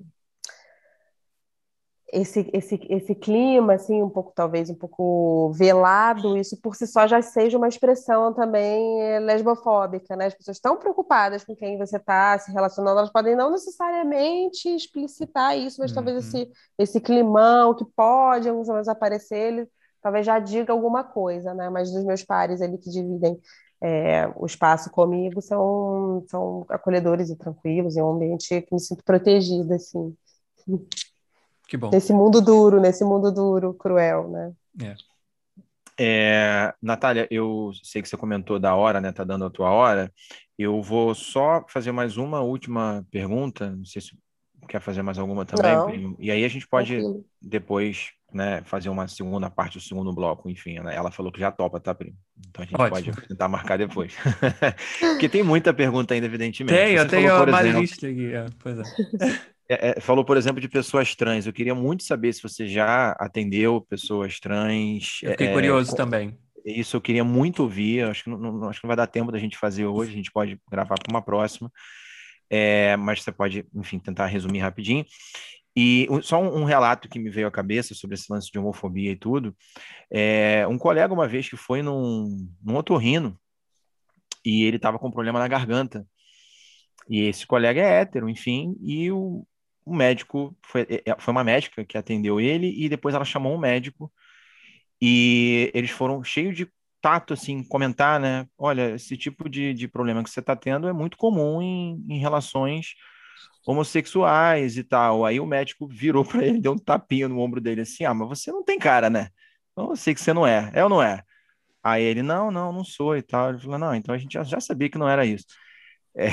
Speaker 3: esse, esse, esse clima, assim, um pouco, talvez, um pouco velado, isso por si só já seja uma expressão também eh, lesbofóbica, né? As pessoas estão preocupadas com quem você está se relacionando, elas podem não necessariamente explicitar isso, mas talvez
Speaker 2: Uhum.
Speaker 3: esse, esse climão que pode em alguns momentos aparecer, ele talvez já diga alguma coisa, né? Mas dos meus pares ali que dividem é, o espaço comigo são, são acolhedores e tranquilos, é um ambiente que me sinto protegida, assim.
Speaker 2: Que bom.
Speaker 3: Nesse mundo duro, nesse mundo duro, cruel, né?
Speaker 2: É.
Speaker 4: É, Natália, eu sei que você comentou da hora, né? Tá dando a tua hora. Eu vou só fazer mais uma última pergunta. Não sei se quer fazer mais alguma também,
Speaker 3: Não,
Speaker 4: primo. E aí a gente pode
Speaker 3: tranquilo.
Speaker 4: depois, né, fazer uma segunda parte, o segundo bloco, enfim, né? Ela falou que já topa, tá, primo? Então a gente pode
Speaker 2: Ótimo.
Speaker 4: tentar marcar depois. Porque tem muita pergunta ainda, evidentemente.
Speaker 2: Tenho, eu
Speaker 4: Você falou,
Speaker 2: tenho
Speaker 4: por
Speaker 2: uma
Speaker 4: exemplo,
Speaker 2: lista aqui. É, pois é.
Speaker 4: é, é, falou, por exemplo, de pessoas trans. Eu queria muito saber se você já atendeu pessoas trans.
Speaker 2: Eu fiquei
Speaker 4: é, é,
Speaker 2: curioso também.
Speaker 4: isso eu queria muito ouvir. Acho que não, não- acho que não vai dar tempo da gente fazer hoje. A gente pode gravar para uma próxima. É, mas você pode, enfim, tentar resumir rapidinho. E um- só um, um relato que me veio à cabeça sobre esse lance de homofobia e tudo. É, um colega, uma vez, que foi num, num otorrino e ele estava com problema na garganta. E esse colega é hétero, enfim, e o, o médico foi, é, é, foi uma médica que atendeu ele e depois ela chamou um médico. E eles foram cheios de tato, assim, comentar, né? Olha, esse tipo de, de problema que você está tendo é muito comum em, em relações homossexuais e tal. Aí o médico virou para ele, deu um tapinha no ombro dele, assim: ah, mas você não tem cara, né? Então eu sei que você não é. É ou não é? Aí ele: não, não, não sou e tal. Ele falou: não, então a gente já, já sabia que não era isso. É,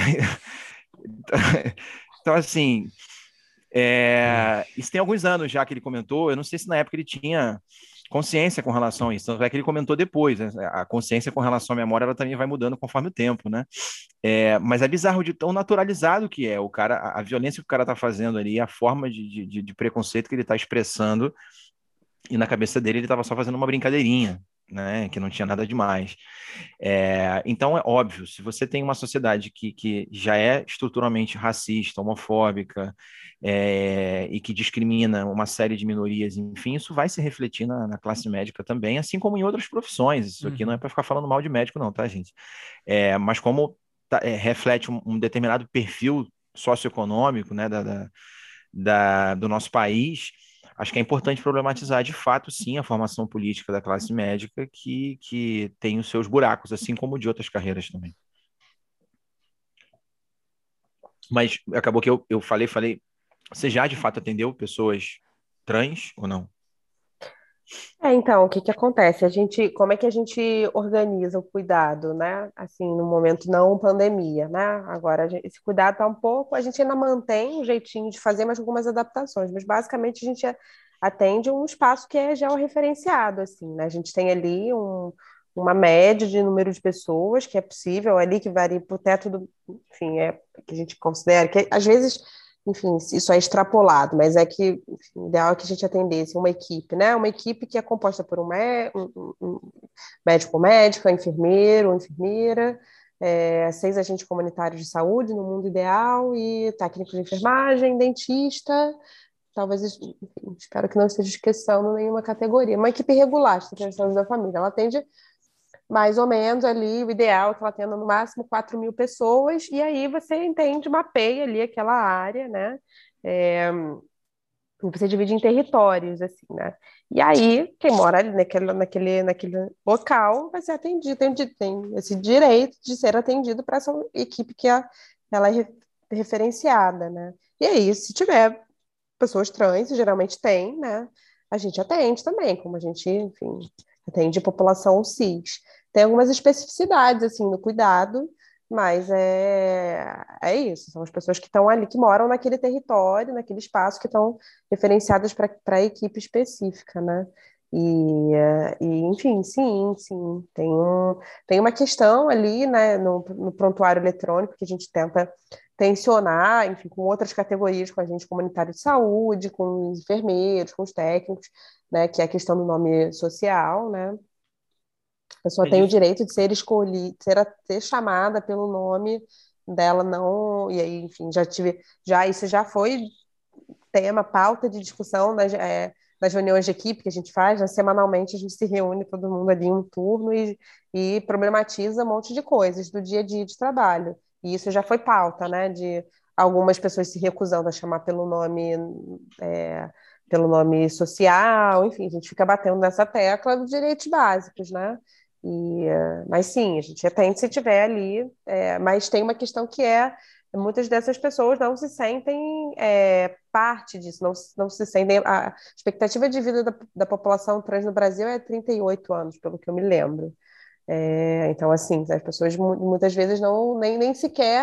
Speaker 4: então, assim, é, isso tem alguns anos já que ele comentou. Eu não sei se na época ele tinha consciência com relação a isso. Tanto é que ele comentou depois, né? A consciência com relação à memória ela também vai mudando conforme o tempo, né? É, mas é bizarro de tão naturalizado que é o cara, a, a violência que o cara tá fazendo ali, a forma de, de, de preconceito que ele tá expressando, e na cabeça dele ele estava só fazendo uma brincadeirinha, né? Que não tinha nada demais. É, então é óbvio, se você tem uma sociedade que, que já é estruturalmente racista, homofóbica, é, e que discrimina uma série de minorias, enfim, isso vai se refletir na, na classe médica também, assim como em outras profissões. Isso aqui não é
Speaker 2: Uhum.
Speaker 4: para ficar falando mal de médico, não, tá, gente? É, mas como tá- é, reflete um, um determinado perfil socioeconômico, né, da, da, da- do nosso país, acho que é importante problematizar de fato, sim, a formação política da classe médica, que, que tem os seus buracos, assim como de outras carreiras também. Mas acabou que eu, eu falei, falei, você já de fato atendeu pessoas trans ou não?
Speaker 3: É, então, o que que acontece? A gente, como é que a gente organiza o cuidado, né? Assim, no momento não pandemia, né? Agora, a gente- esse cuidado tá um pouco, a gente ainda mantém um jeitinho de fazer, mas com algumas adaptações. Mas basicamente a gente a- atende um espaço que é georreferenciado, assim, né? A gente tem ali um- uma média de número de pessoas que é possível ali, que varia para o teto do, enfim, é que a gente considera que às vezes enfim, isso é extrapolado, mas é que enfim, o ideal é que a gente atendesse uma equipe, né? Uma equipe que é composta por um, mé um, um um médico médica, enfermeiro, enfermeira, é, seis agentes comunitários de saúde no mundo ideal e técnicos de enfermagem, dentista, talvez, enfim, espero que não esteja esquecendo nenhuma categoria. Uma equipe regular de questões da família, ela atende mais ou menos ali, o ideal é que ela tenha no máximo quatro mil pessoas, e aí você entende, mapeia ali aquela área, né? É, e você divide em territórios, assim, né? E aí, quem mora ali naquele, naquele, naquele local vai ser atendido, tem, tem esse direito de ser atendido para essa equipe que é, ela é re- referenciada, né? E aí, se tiver pessoas trans, geralmente tem, né? A gente atende também, como a gente, enfim, atende a população cis. Tem algumas especificidades, assim, no cuidado, Mas é, é isso, são as pessoas que estão ali, que moram naquele território, naquele espaço, que estão referenciadas para a equipe específica, né? E, eh, e, enfim, sim, sim, tem, um, tem uma questão ali, né, no, no prontuário eletrônico que a gente tenta tensionar, enfim, com outras categorias, com a gente comunitário de saúde, com os enfermeiros, com os técnicos, né, que é a questão do nome social, né? A pessoa
Speaker 2: É
Speaker 3: tem o
Speaker 2: difícil.
Speaker 3: direito de ser escolhida, ser, a- ser chamada pelo nome dela, não. E aí, enfim, já tive, já isso já foi tema, pauta de discussão nas, é, nas reuniões de equipe que a gente faz, né? Semanalmente a gente se reúne todo mundo ali em um turno e, e problematiza um monte de coisas do dia a dia de trabalho. E isso já foi pauta, né? De algumas pessoas se recusando a chamar pelo nome, é, pelo nome social, enfim, a gente fica batendo nessa tecla dos direitos básicos, né? E, eh, mas sim, a gente atende se tiver ali, é, mas tem uma questão que é muitas dessas pessoas não se sentem é, parte disso, não, não se sentem. A expectativa de vida da, da população trans no Brasil é trinta e oito anos, pelo que eu me lembro. É, então, assim, as pessoas mu- muitas vezes não nem, nem sequer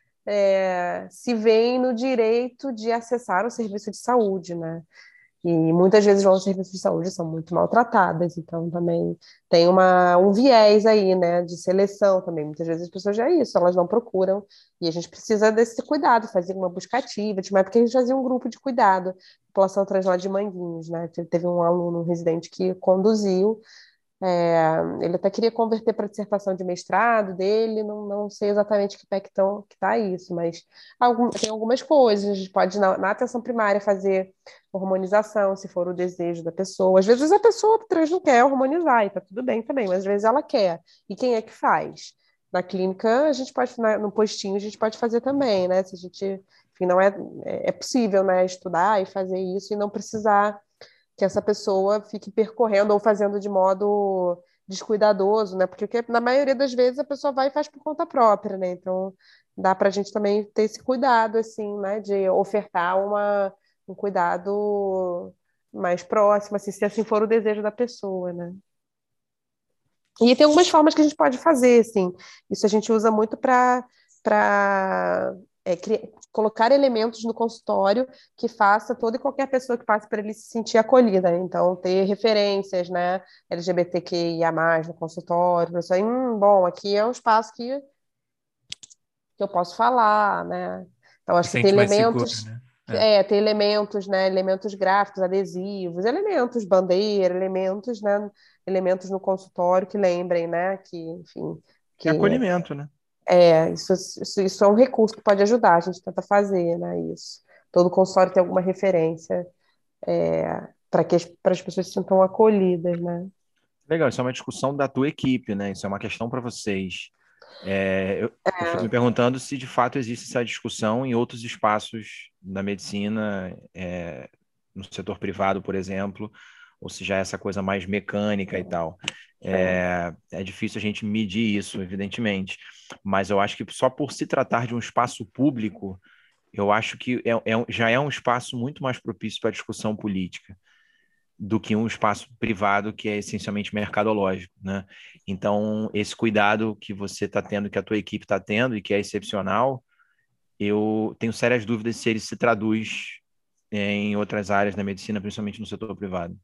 Speaker 3: é, se veem no direito de acessar o serviço de saúde, né? E muitas vezes vão aos serviços de saúde são muito maltratadas, então também tem uma, um viés aí, né, de seleção também. Muitas vezes as pessoas já é isso, elas não procuram, e a gente precisa desse cuidado, fazer uma busca ativa. Tinha uma época que a gente fazia um grupo de cuidado, população trans lá de Manguinhos, né? Teve um aluno, um residente que conduziu, é, ele até queria converter para a dissertação de mestrado dele, não, não sei exatamente que pé que está isso, mas algum, tem algumas coisas. A gente pode, na, na atenção primária, fazer hormonização, se for o desejo da pessoa. Às vezes a pessoa trans não quer hormonizar, e tá tudo bem também, mas às vezes ela quer. E quem é que faz? Na clínica, a gente pode, na- no postinho, a gente pode fazer também, né? Se a gente, enfim, não é, é é possível, né, estudar e fazer isso e não precisar que essa pessoa fique percorrendo ou fazendo de modo descuidadoso, né? Porque o que- na maioria das vezes a pessoa vai e faz por conta própria, né? Então dá para a gente também ter esse cuidado, assim, né? De ofertar uma, um cuidado mais próximo, assim, se assim for o desejo da pessoa, né? E tem algumas formas que a gente pode fazer, assim. Isso a gente usa muito para para colocar elementos no consultório que faça toda e qualquer pessoa que passe por ele se sentir acolhida, né? Então, ter referências, né, L G B T Q I A mais, no consultório, pessoa, hum, bom, aqui é um espaço que, que eu posso falar, né? Então,
Speaker 2: Se
Speaker 3: acho que tem
Speaker 2: sente mais segura,
Speaker 3: elementos,
Speaker 2: né? É.
Speaker 3: é, tem elementos, né, elementos gráficos, adesivos, elementos, bandeira, elementos, né, elementos no consultório que lembrem, né, que, enfim,
Speaker 4: É
Speaker 3: que
Speaker 4: acolhimento, né?
Speaker 3: é, isso, isso, isso é um recurso que pode ajudar, a gente tenta fazer, né, isso. Todo consultório tem alguma referência para que as, para as pessoas se sintam acolhidas, né?
Speaker 4: Legal, isso é uma discussão da tua equipe, né? Isso é uma questão para vocês. É, eu, eu fico me
Speaker 3: É,
Speaker 4: perguntando se de fato existe essa discussão em outros espaços da medicina, é, no setor privado, por exemplo, ou se já é essa coisa mais mecânica e tal.
Speaker 3: é.
Speaker 4: É, é difícil a gente medir isso, evidentemente, mas eu acho que só por se tratar de um espaço público, eu acho que é, é- já é um espaço muito mais propício para discussão política do que um espaço privado que é essencialmente mercadológico, né? Então, esse cuidado que você está tendo, que a tua equipe está tendo e que é excepcional, eu tenho sérias dúvidas se ele se traduz em outras áreas da medicina, principalmente no setor privado.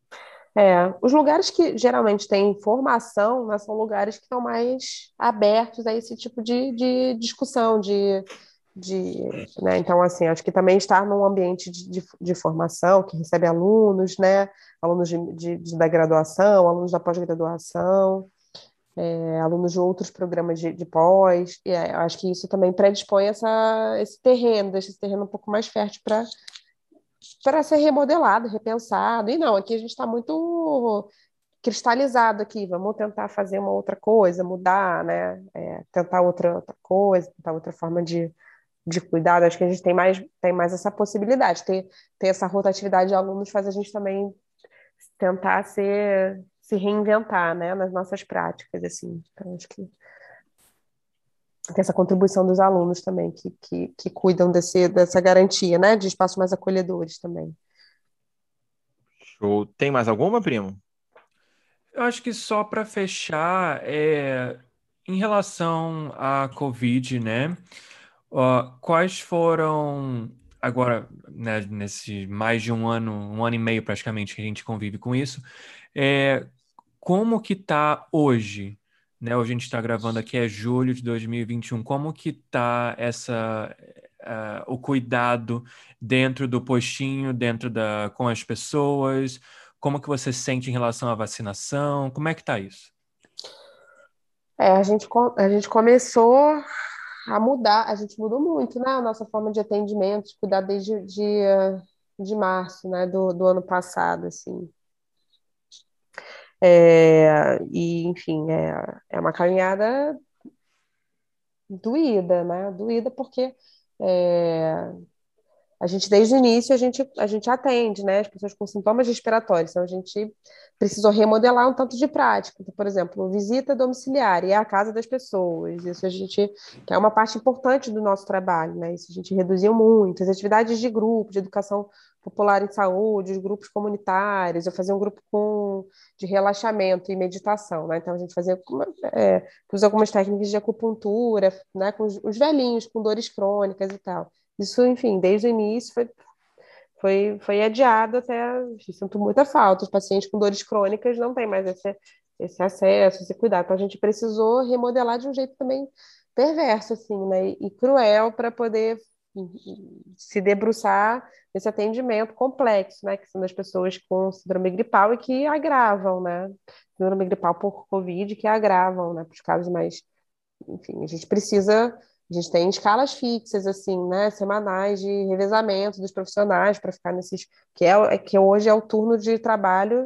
Speaker 3: É, os lugares que geralmente têm informação, né, são lugares que estão mais abertos a esse tipo de, de discussão, de, de, né, então, assim, acho que também estar num ambiente de, de, de formação, que recebe alunos, né, alunos de, de, de- da graduação, alunos da pós-graduação, é, alunos de outros programas de, de pós, e é, eu acho que isso também predispõe essa, esse terreno, deixa esse terreno um pouco mais fértil para para ser remodelado, repensado. E não, aqui a gente está muito cristalizado aqui, vamos tentar fazer uma outra coisa, mudar, né? É, tentar outra, outra coisa, tentar outra forma de, de cuidado. Acho que a gente tem mais, tem mais essa possibilidade. Ter, ter essa rotatividade de alunos faz a gente também tentar ser, se reinventar, né? Nas nossas práticas, assim. Então, acho que tem essa contribuição dos alunos também, que, que, que cuidam desse, dessa garantia, né? De espaços mais acolhedores também.
Speaker 4: Show. Tem mais alguma, primo?
Speaker 2: Eu acho que só para fechar, é, em relação à Covid, né? Ó, quais foram, agora, né, nesse mais de um ano, um ano e meio praticamente que a gente convive com isso, é, como que tá hoje, né? Hoje a gente está gravando aqui, é julho de dois mil e vinte e um. Como que tá essa, eh, o cuidado dentro do postinho, dentro da, com as pessoas? Como que você sente em relação à vacinação? Como é que tá isso?
Speaker 3: É, a gente, co- a gente começou a mudar, a gente mudou muito, né? A nossa forma de atendimento, de cuidar desde de, de março, né? Do, do ano passado, assim. É, e, enfim, é, é uma caminhada doída, né? Doída porque é, a gente, desde o início, a gente, a gente atende, né, as pessoas com sintomas respiratórios. Então, a gente precisou remodelar um tanto de prática. Então, por exemplo, visita domiciliar, ir à casa das pessoas. Isso a gente, que é uma parte importante do nosso trabalho, né? Isso a gente reduziu muito. As atividades de grupo, de educação popular em saúde, os grupos comunitários. Eu fazia um grupo com, de relaxamento e meditação, né? Então, a gente fazia, é, usa algumas técnicas de acupuntura, né, com os, os velhinhos, com dores crônicas e tal. Isso, enfim, desde o início foi, foi, foi adiado até. Enfim, sinto muita falta. Os pacientes com dores crônicas não têm mais esse, esse acesso, esse cuidado. Então a gente precisou remodelar de um jeito também perverso, assim, né? E cruel para poder se debruçar nesse atendimento complexo, né? Que são das pessoas com síndrome gripal e que agravam, né? Síndrome gripal por Covid, que agravam, né? Para os casos mais, enfim, a gente precisa, a gente tem escalas fixas, assim, né, semanais de revezamento dos profissionais para ficar nesses, que é, é que hoje é o turno de trabalho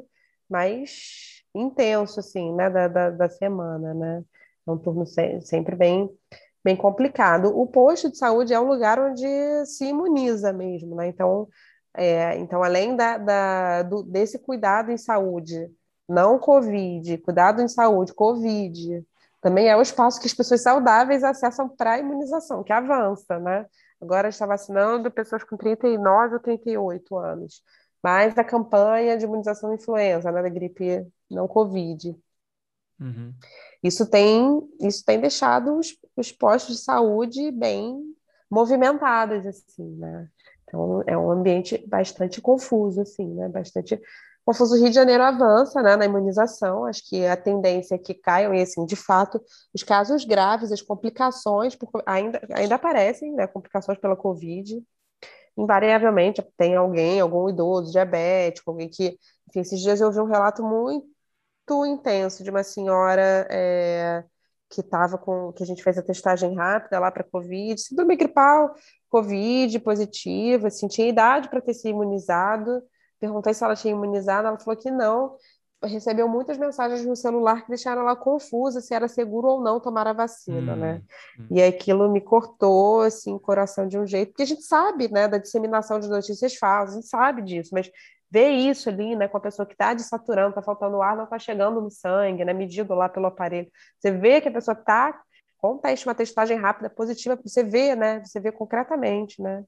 Speaker 3: mais intenso, assim, né, da, da, da semana, né, é um turno se- sempre bem, bem complicado. O posto de saúde é um lugar onde se imuniza mesmo, né, então, é, então além da, da, do, desse cuidado em saúde, não Covid, cuidado em saúde, Covid, também é o espaço que as pessoas saudáveis acessam para a imunização, que avança, né? Agora está vacinando pessoas com trinta e nove ou trinta e oito anos, mais a campanha de imunização da influenza, né, da gripe não Covid.
Speaker 2: Uhum.
Speaker 3: Isso tem, isso tem deixado os, os postos de saúde bem movimentados, assim, né? Então, é um ambiente bastante confuso, assim, né? Bastante confuso. O Rio de Janeiro avança, né, na imunização. Acho que a tendência é que caiam, e, assim, de fato, os casos graves, as complicações, por- ainda, ainda aparecem, né? Complicações pela Covid. Invariavelmente tem alguém, algum idoso, diabético, alguém que... Enfim, esses dias eu ouvi um relato muito intenso de uma senhora é, que estava com, que a gente fez a testagem rápida lá para Covid, síndrome gripal, Covid positiva, assim, tinha idade para ter se imunizado. Perguntei se ela tinha imunizado, ela falou que não. Recebeu muitas mensagens no celular que deixaram ela confusa se era seguro ou não tomar a vacina, né?
Speaker 2: Hum, hum.
Speaker 3: E aquilo me cortou, assim, o coração de um jeito, porque a gente sabe, né, da disseminação de notícias falsas, a gente sabe disso, mas ver isso ali, né, com a pessoa que está desaturando, está faltando ar, não está chegando no sangue, né, medido lá pelo aparelho. Você vê que a pessoa está com um teste, uma testagem rápida positiva, você vê, né, você vê concretamente, né.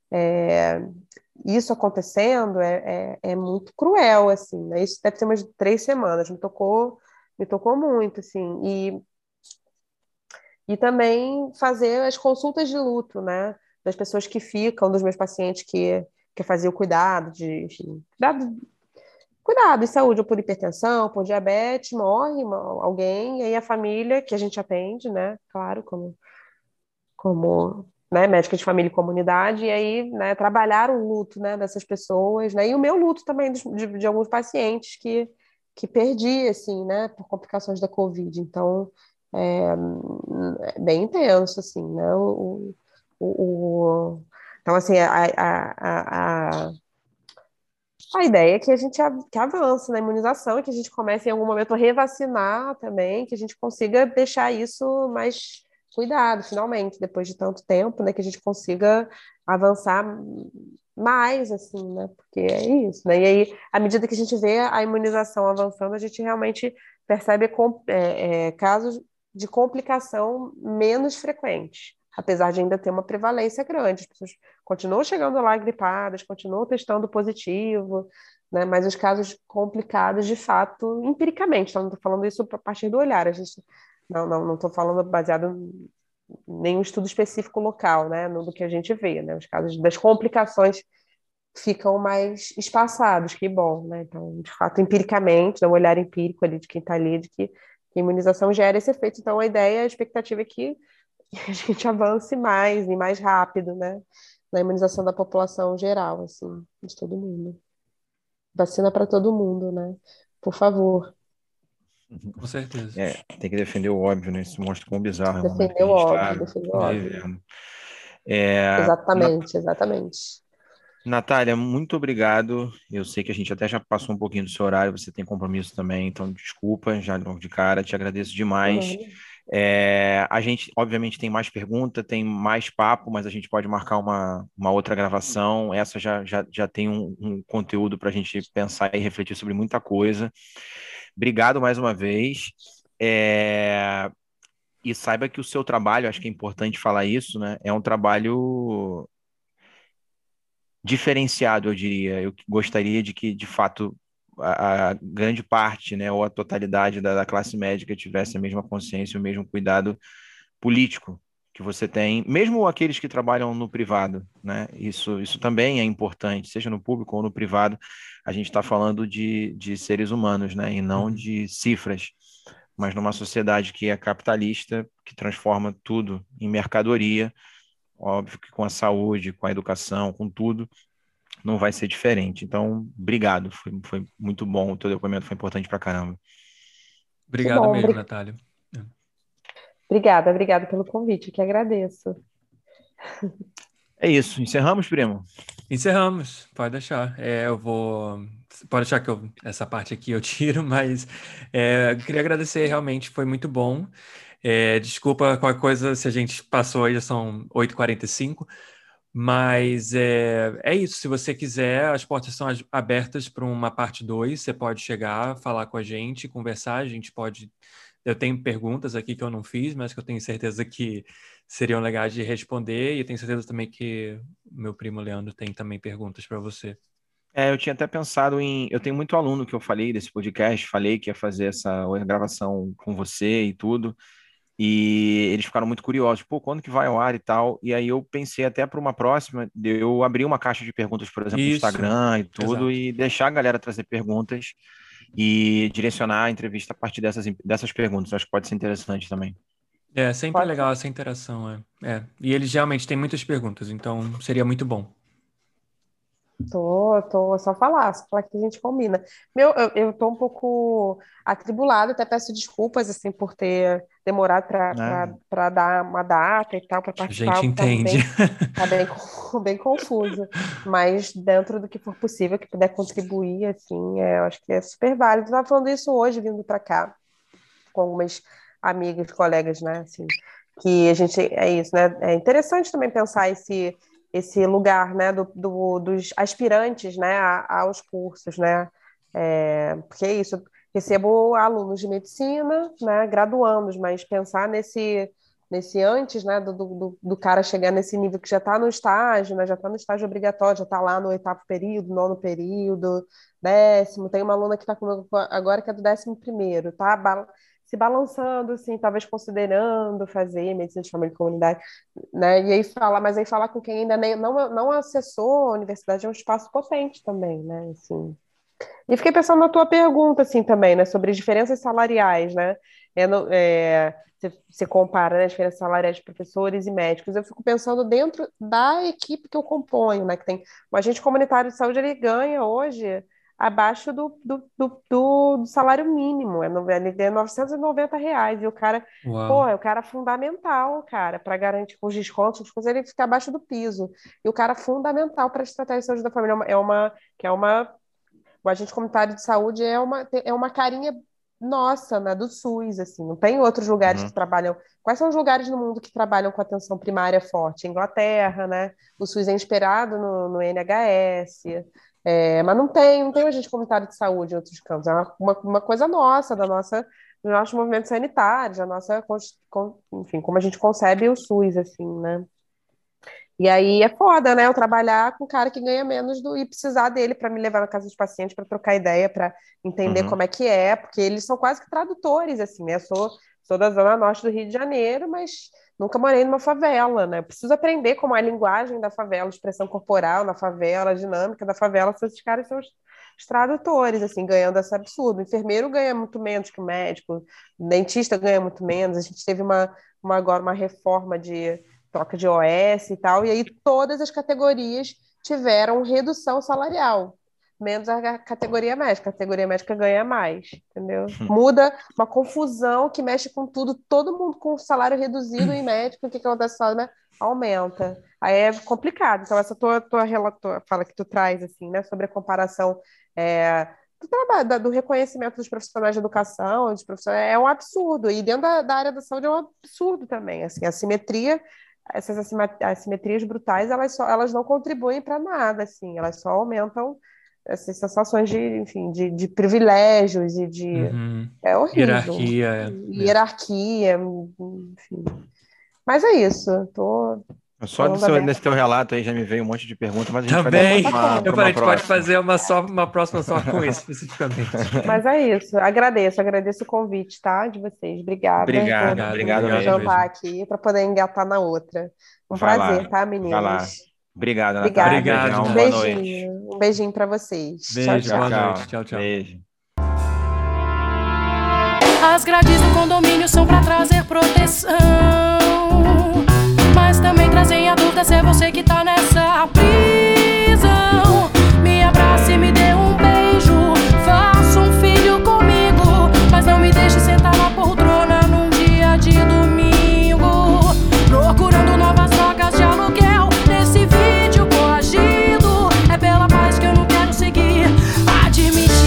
Speaker 3: É, isso acontecendo é, é, é muito cruel, assim, né. Isso deve ter umas três semanas, me tocou, me tocou muito, assim, e, e também fazer as consultas de luto, né, das pessoas que ficam, dos meus pacientes que que fazia o cuidado de, enfim, cuidado cuidado em saúde, ou por hipertensão, por diabetes, morre uma- alguém, e aí a família, que a gente atende, né? Claro, como, como né, médica de família e comunidade, e aí, né, trabalhar o luto, né, dessas pessoas, né? E o meu luto também dos- de, de alguns pacientes que, que perdi, assim, né, por complicações da Covid. Então, é, é bem intenso, assim, né? O, o, o- então, assim, a, a, a, a ideia é que a gente av- que avance na imunização e que a gente comece em algum momento a revacinar também, que a gente consiga deixar isso mais cuidado, finalmente, depois de tanto tempo, né, que a gente consiga avançar mais, assim, né, porque é isso, né, e aí, à medida que a gente vê a imunização avançando, a gente realmente percebe com- é, é, casos de complicação menos frequentes, apesar de ainda ter uma prevalência grande, as pessoas continuam chegando lá gripadas, continuam testando positivo, né? Mas os casos complicados, de fato, empiricamente, então, não estou falando isso a partir do olhar, a gente Não, não, não estou falando baseado em nenhum estudo específico local, né? No do que a gente vê, né? Os casos das complicações ficam mais espaçados, que bom, né? Então, de fato, empiricamente, dá um olhar empírico ali de quem está ali, de que, que a imunização gera esse efeito. Então, a ideia, a expectativa é que a gente avance mais e mais rápido, né? Na imunização da população geral, assim, de todo mundo. Vacina para todo mundo, né? Por favor,
Speaker 2: Com certeza.
Speaker 4: É, tem que defender o óbvio, né? Isso mostra quão bizarro é o momento que a
Speaker 3: defender o
Speaker 4: gente
Speaker 3: óbvio,
Speaker 4: está
Speaker 3: defender o óbvio.
Speaker 4: vivendo. É, Na-
Speaker 3: Exatamente, exatamente.
Speaker 4: Natália, muito obrigado. Eu sei que a gente até já passou um pouquinho do seu horário, você tem compromisso também, então desculpa já logo de cara, te agradeço demais.
Speaker 3: Não,
Speaker 4: É, a gente, obviamente, tem mais pergunta, tem mais papo, mas a gente pode marcar uma, uma outra gravação. Essa já, já, já tem um, um conteúdo para a gente pensar e refletir sobre muita coisa. Obrigado mais uma vez. É, e saiba que o seu trabalho, acho que é importante falar isso, né? É um trabalho diferenciado, eu diria. Eu gostaria de que, de fato, a, a grande parte, né, ou a totalidade da, da classe médica tivesse a mesma consciência, o mesmo cuidado político que você tem, mesmo aqueles que trabalham no privado, né? Isso, isso também é importante, seja no público ou no privado. A gente está falando de, de seres humanos, né? E não
Speaker 2: Uhum.
Speaker 4: de cifras. Mas numa sociedade que é capitalista, que transforma tudo em mercadoria, óbvio que com a saúde, com a educação, com tudo, não vai ser diferente. Então, obrigado, foi, foi muito bom, o teu depoimento foi importante pra caramba.
Speaker 3: que
Speaker 2: Obrigado
Speaker 3: bom.
Speaker 2: mesmo,
Speaker 3: Bri-
Speaker 2: Natália.
Speaker 3: Obrigada, obrigada pelo convite, que agradeço.
Speaker 4: É isso, encerramos, primo?
Speaker 2: Encerramos, pode deixar. É, eu vou. Pode deixar que eu... essa parte aqui eu tiro, mas é, eu queria agradecer, realmente foi muito bom. É, desculpa qualquer coisa se a gente passou aí, já são oito e quarenta e cinco, mas é, é isso. Se você quiser, as portas estão as- abertas para uma parte dois. Você pode chegar, falar com a gente, conversar. A gente pode. Eu tenho perguntas aqui que eu não fiz, mas que eu tenho certeza que seriam legais de responder, e eu tenho certeza também que meu primo Leandro tem também perguntas para você.
Speaker 4: É, eu tinha até pensado em. Eu tenho muito aluno que eu falei desse podcast, falei que ia fazer essa gravação com você e tudo, e eles ficaram muito curiosos, pô, quando que vai ao ar e tal? E aí eu pensei até para uma próxima, de eu abrir uma caixa de perguntas, por exemplo, no
Speaker 2: Isso,
Speaker 4: Instagram e tudo,
Speaker 2: exato.
Speaker 4: e deixar a galera trazer perguntas e direcionar a entrevista a partir dessas, dessas perguntas. Acho que pode ser interessante também.
Speaker 2: É sempre
Speaker 3: Pode ser.
Speaker 2: legal essa interação, é. É. E eles realmente têm muitas perguntas, então seria muito bom.
Speaker 3: Tô, tô, só falar, só falar que a gente combina. Meu, eu, eu tô um pouco atribulada, até peço desculpas, assim, por ter demorado
Speaker 4: Nada.
Speaker 3: para dar uma data e tal, para
Speaker 2: A
Speaker 3: participar,
Speaker 2: gente
Speaker 3: tá
Speaker 2: entende.
Speaker 3: bem, tá bem, con- bem confuso, mas dentro do que for possível, que puder contribuir, assim, é, eu acho que é super válido. Eu tava falando isso hoje, vindo para cá, com algumas amigas, colegas, né, assim, que a gente, é isso, né, é interessante também pensar esse, esse lugar, né, do, do- dos aspirantes, né, a- aos cursos, né, é, porque é isso, recebo alunos de medicina, né, graduandos, mas pensar nesse, nesse antes, né, do, do, do do cara chegar nesse nível que já está no estágio, né, já está no estágio obrigatório, já está lá no oitavo período, nono período, décimo, tem uma aluna que está comigo agora que é do décimo primeiro, tá se balançando, assim, talvez considerando fazer medicina de família e comunidade, né? E aí falar, mas aí falar com quem ainda nem, não, não acessou a universidade é um espaço potente também, né? Assim. E fiquei pensando na tua pergunta, assim, também, né? Sobre diferenças salariais, né? É, no- é, você, você compara, né, diferenças salariais de professores e médicos. Eu fico pensando dentro da equipe que eu componho, né? Que tem o agente comunitário de saúde, ele ganha hoje abaixo do, do, do, do- do salário mínimo. É, no- ele ganha novecentos e noventa reais. E o cara, pô,
Speaker 2: Uau.
Speaker 3: é o cara fundamental, cara, para garantir com os descontos, as coisas, ele fica abaixo do piso. E o cara fundamental para a estratégia de saúde da família é uma, é uma- que é uma o agente comunitário de saúde é uma, é uma carinha nossa, né, do SUS, assim, não tem outros lugares que
Speaker 4: Uhum.
Speaker 3: trabalham. Quais são os lugares no mundo que trabalham com atenção primária forte? Inglaterra, né? O SUS é inspirado no, no N H S, é, mas não tem, não tem um agente comunitário de saúde em outros campos. É uma, uma, uma coisa nossa, da nossa, dos nossos movimentos sanitários, da nossa, cons- con- enfim, como a gente concebe o SUS, assim, né? E aí é foda, né? Eu trabalhar com um cara que ganha menos do e precisar dele para me levar na casa dos pacientes para trocar ideia, para entender
Speaker 4: Uhum.
Speaker 3: como é que é, porque eles são quase que tradutores, assim, né? Eu sou, Sou da zona norte do Rio de Janeiro, mas nunca morei numa favela, né? Preciso aprender como é a linguagem da favela, expressão corporal na favela, a dinâmica da favela. Esses caras são os, os tradutores, assim, ganhando esse absurdo. O enfermeiro ganha muito menos que o médico, o dentista ganha muito menos. A gente teve uma, uma agora uma reforma de troca de O S e tal, e aí todas as categorias tiveram redução salarial, menos a categoria médica. A categoria médica ganha mais, entendeu? Muda, uma confusão que mexe com tudo, todo mundo com salário reduzido em médico, o que que acontece? Né? Aumenta. Aí é complicado. Então, essa tua, tua relator, fala que tu traz, assim, né, sobre a comparação é, do trabalho, da- do reconhecimento dos profissionais de educação, dos profissionais, é um absurdo. E dentro da, da área da saúde é um absurdo também, assim, a simetria, essas assima- assimetrias brutais, elas, só, elas não contribuem para nada, assim, elas só aumentam essas sensações de, enfim, de, de privilégios e de...
Speaker 2: Uhum.
Speaker 3: É horrível.
Speaker 2: Hierarquia, é.
Speaker 3: Hierarquia, enfim. Mas é isso, tô
Speaker 4: Só
Speaker 3: falando
Speaker 4: desse,
Speaker 3: aberto.
Speaker 4: nesse teu relato aí já me veio um monte de perguntas, mas a gente vai
Speaker 2: Também.
Speaker 4: deixar para uma,
Speaker 2: Eu
Speaker 4: pra
Speaker 2: falei,
Speaker 4: uma
Speaker 2: a gente pode
Speaker 4: próxima.
Speaker 2: fazer uma, só, uma próxima só com isso, especificamente.
Speaker 3: Mas é isso, agradeço, agradeço o convite, tá? De vocês. Obrigada. Vou,
Speaker 4: Obrigado,
Speaker 3: vou
Speaker 4: obrigado
Speaker 2: obrigado
Speaker 4: mesmo.
Speaker 3: jantar
Speaker 2: mesmo.
Speaker 3: aqui para poder engatar na outra. Um
Speaker 4: Vai lá,
Speaker 3: prazer, tá,
Speaker 4: vai lá.
Speaker 3: meninos?
Speaker 4: Obrigado, Natália.
Speaker 3: Obrigada.
Speaker 2: Obrigado,
Speaker 4: Beijão,
Speaker 3: Um
Speaker 4: boa
Speaker 2: Nath.
Speaker 4: noite.
Speaker 3: beijinho. Um beijinho para vocês. Tchau,
Speaker 2: Beijo,
Speaker 4: Tchau,
Speaker 2: boa
Speaker 3: tchau.
Speaker 2: noite.
Speaker 4: tchau.
Speaker 2: Tchau, tchau.
Speaker 4: Beijo.
Speaker 1: As grades do condomínio são pra trazer proteção, mas também trazem a dúvida se é você que tá nessa prisão. Me abrace e me dê um beijo, faça um filho comigo, mas não me deixe sentar na poltrona num dia de domingo, procurando novas vagas de aluguel nesse vídeo coagido. É pela paz que eu não quero seguir admitindo.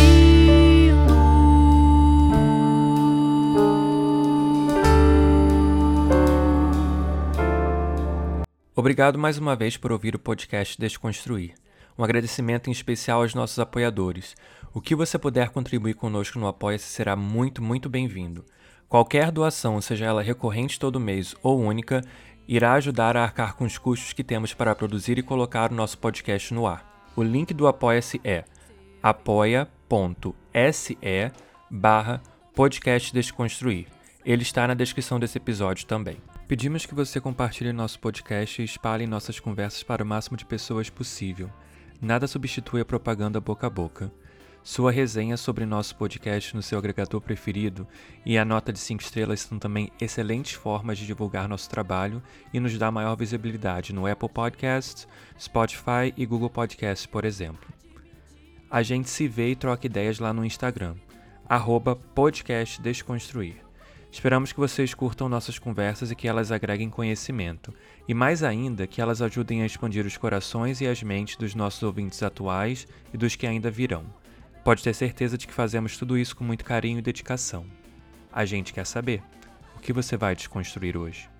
Speaker 2: Obrigado mais uma vez por ouvir o podcast Desconstruir. Um agradecimento em especial aos nossos apoiadores. O que você puder contribuir conosco no Apoia-se será muito, muito bem-vindo. Qualquer doação, seja ela recorrente todo mês ou única, irá ajudar a arcar com os custos que temos para produzir e colocar o nosso podcast no ar. O link do Apoia-se é apoia.se barra podcast Desconstruir. Ele está na descrição desse episódio também. Pedimos que você compartilhe nosso podcast e espalhe nossas conversas para o máximo de pessoas possível. Nada substitui a propaganda boca a boca. Sua resenha sobre nosso podcast no seu agregador preferido e a nota de cinco estrelas são também excelentes formas de divulgar nosso trabalho e nos dar maior visibilidade no Apple Podcasts, Spotify e Google Podcasts, por exemplo. A gente se vê e troca ideias lá no Instagram, arroba podcast Desconstruir. Esperamos que vocês curtam nossas conversas e que elas agreguem conhecimento, e mais ainda, que elas ajudem a expandir os corações e as mentes dos nossos ouvintes atuais e dos que ainda virão. Pode ter certeza de que fazemos tudo isso com muito carinho e dedicação. A gente quer saber, o que você vai desconstruir hoje?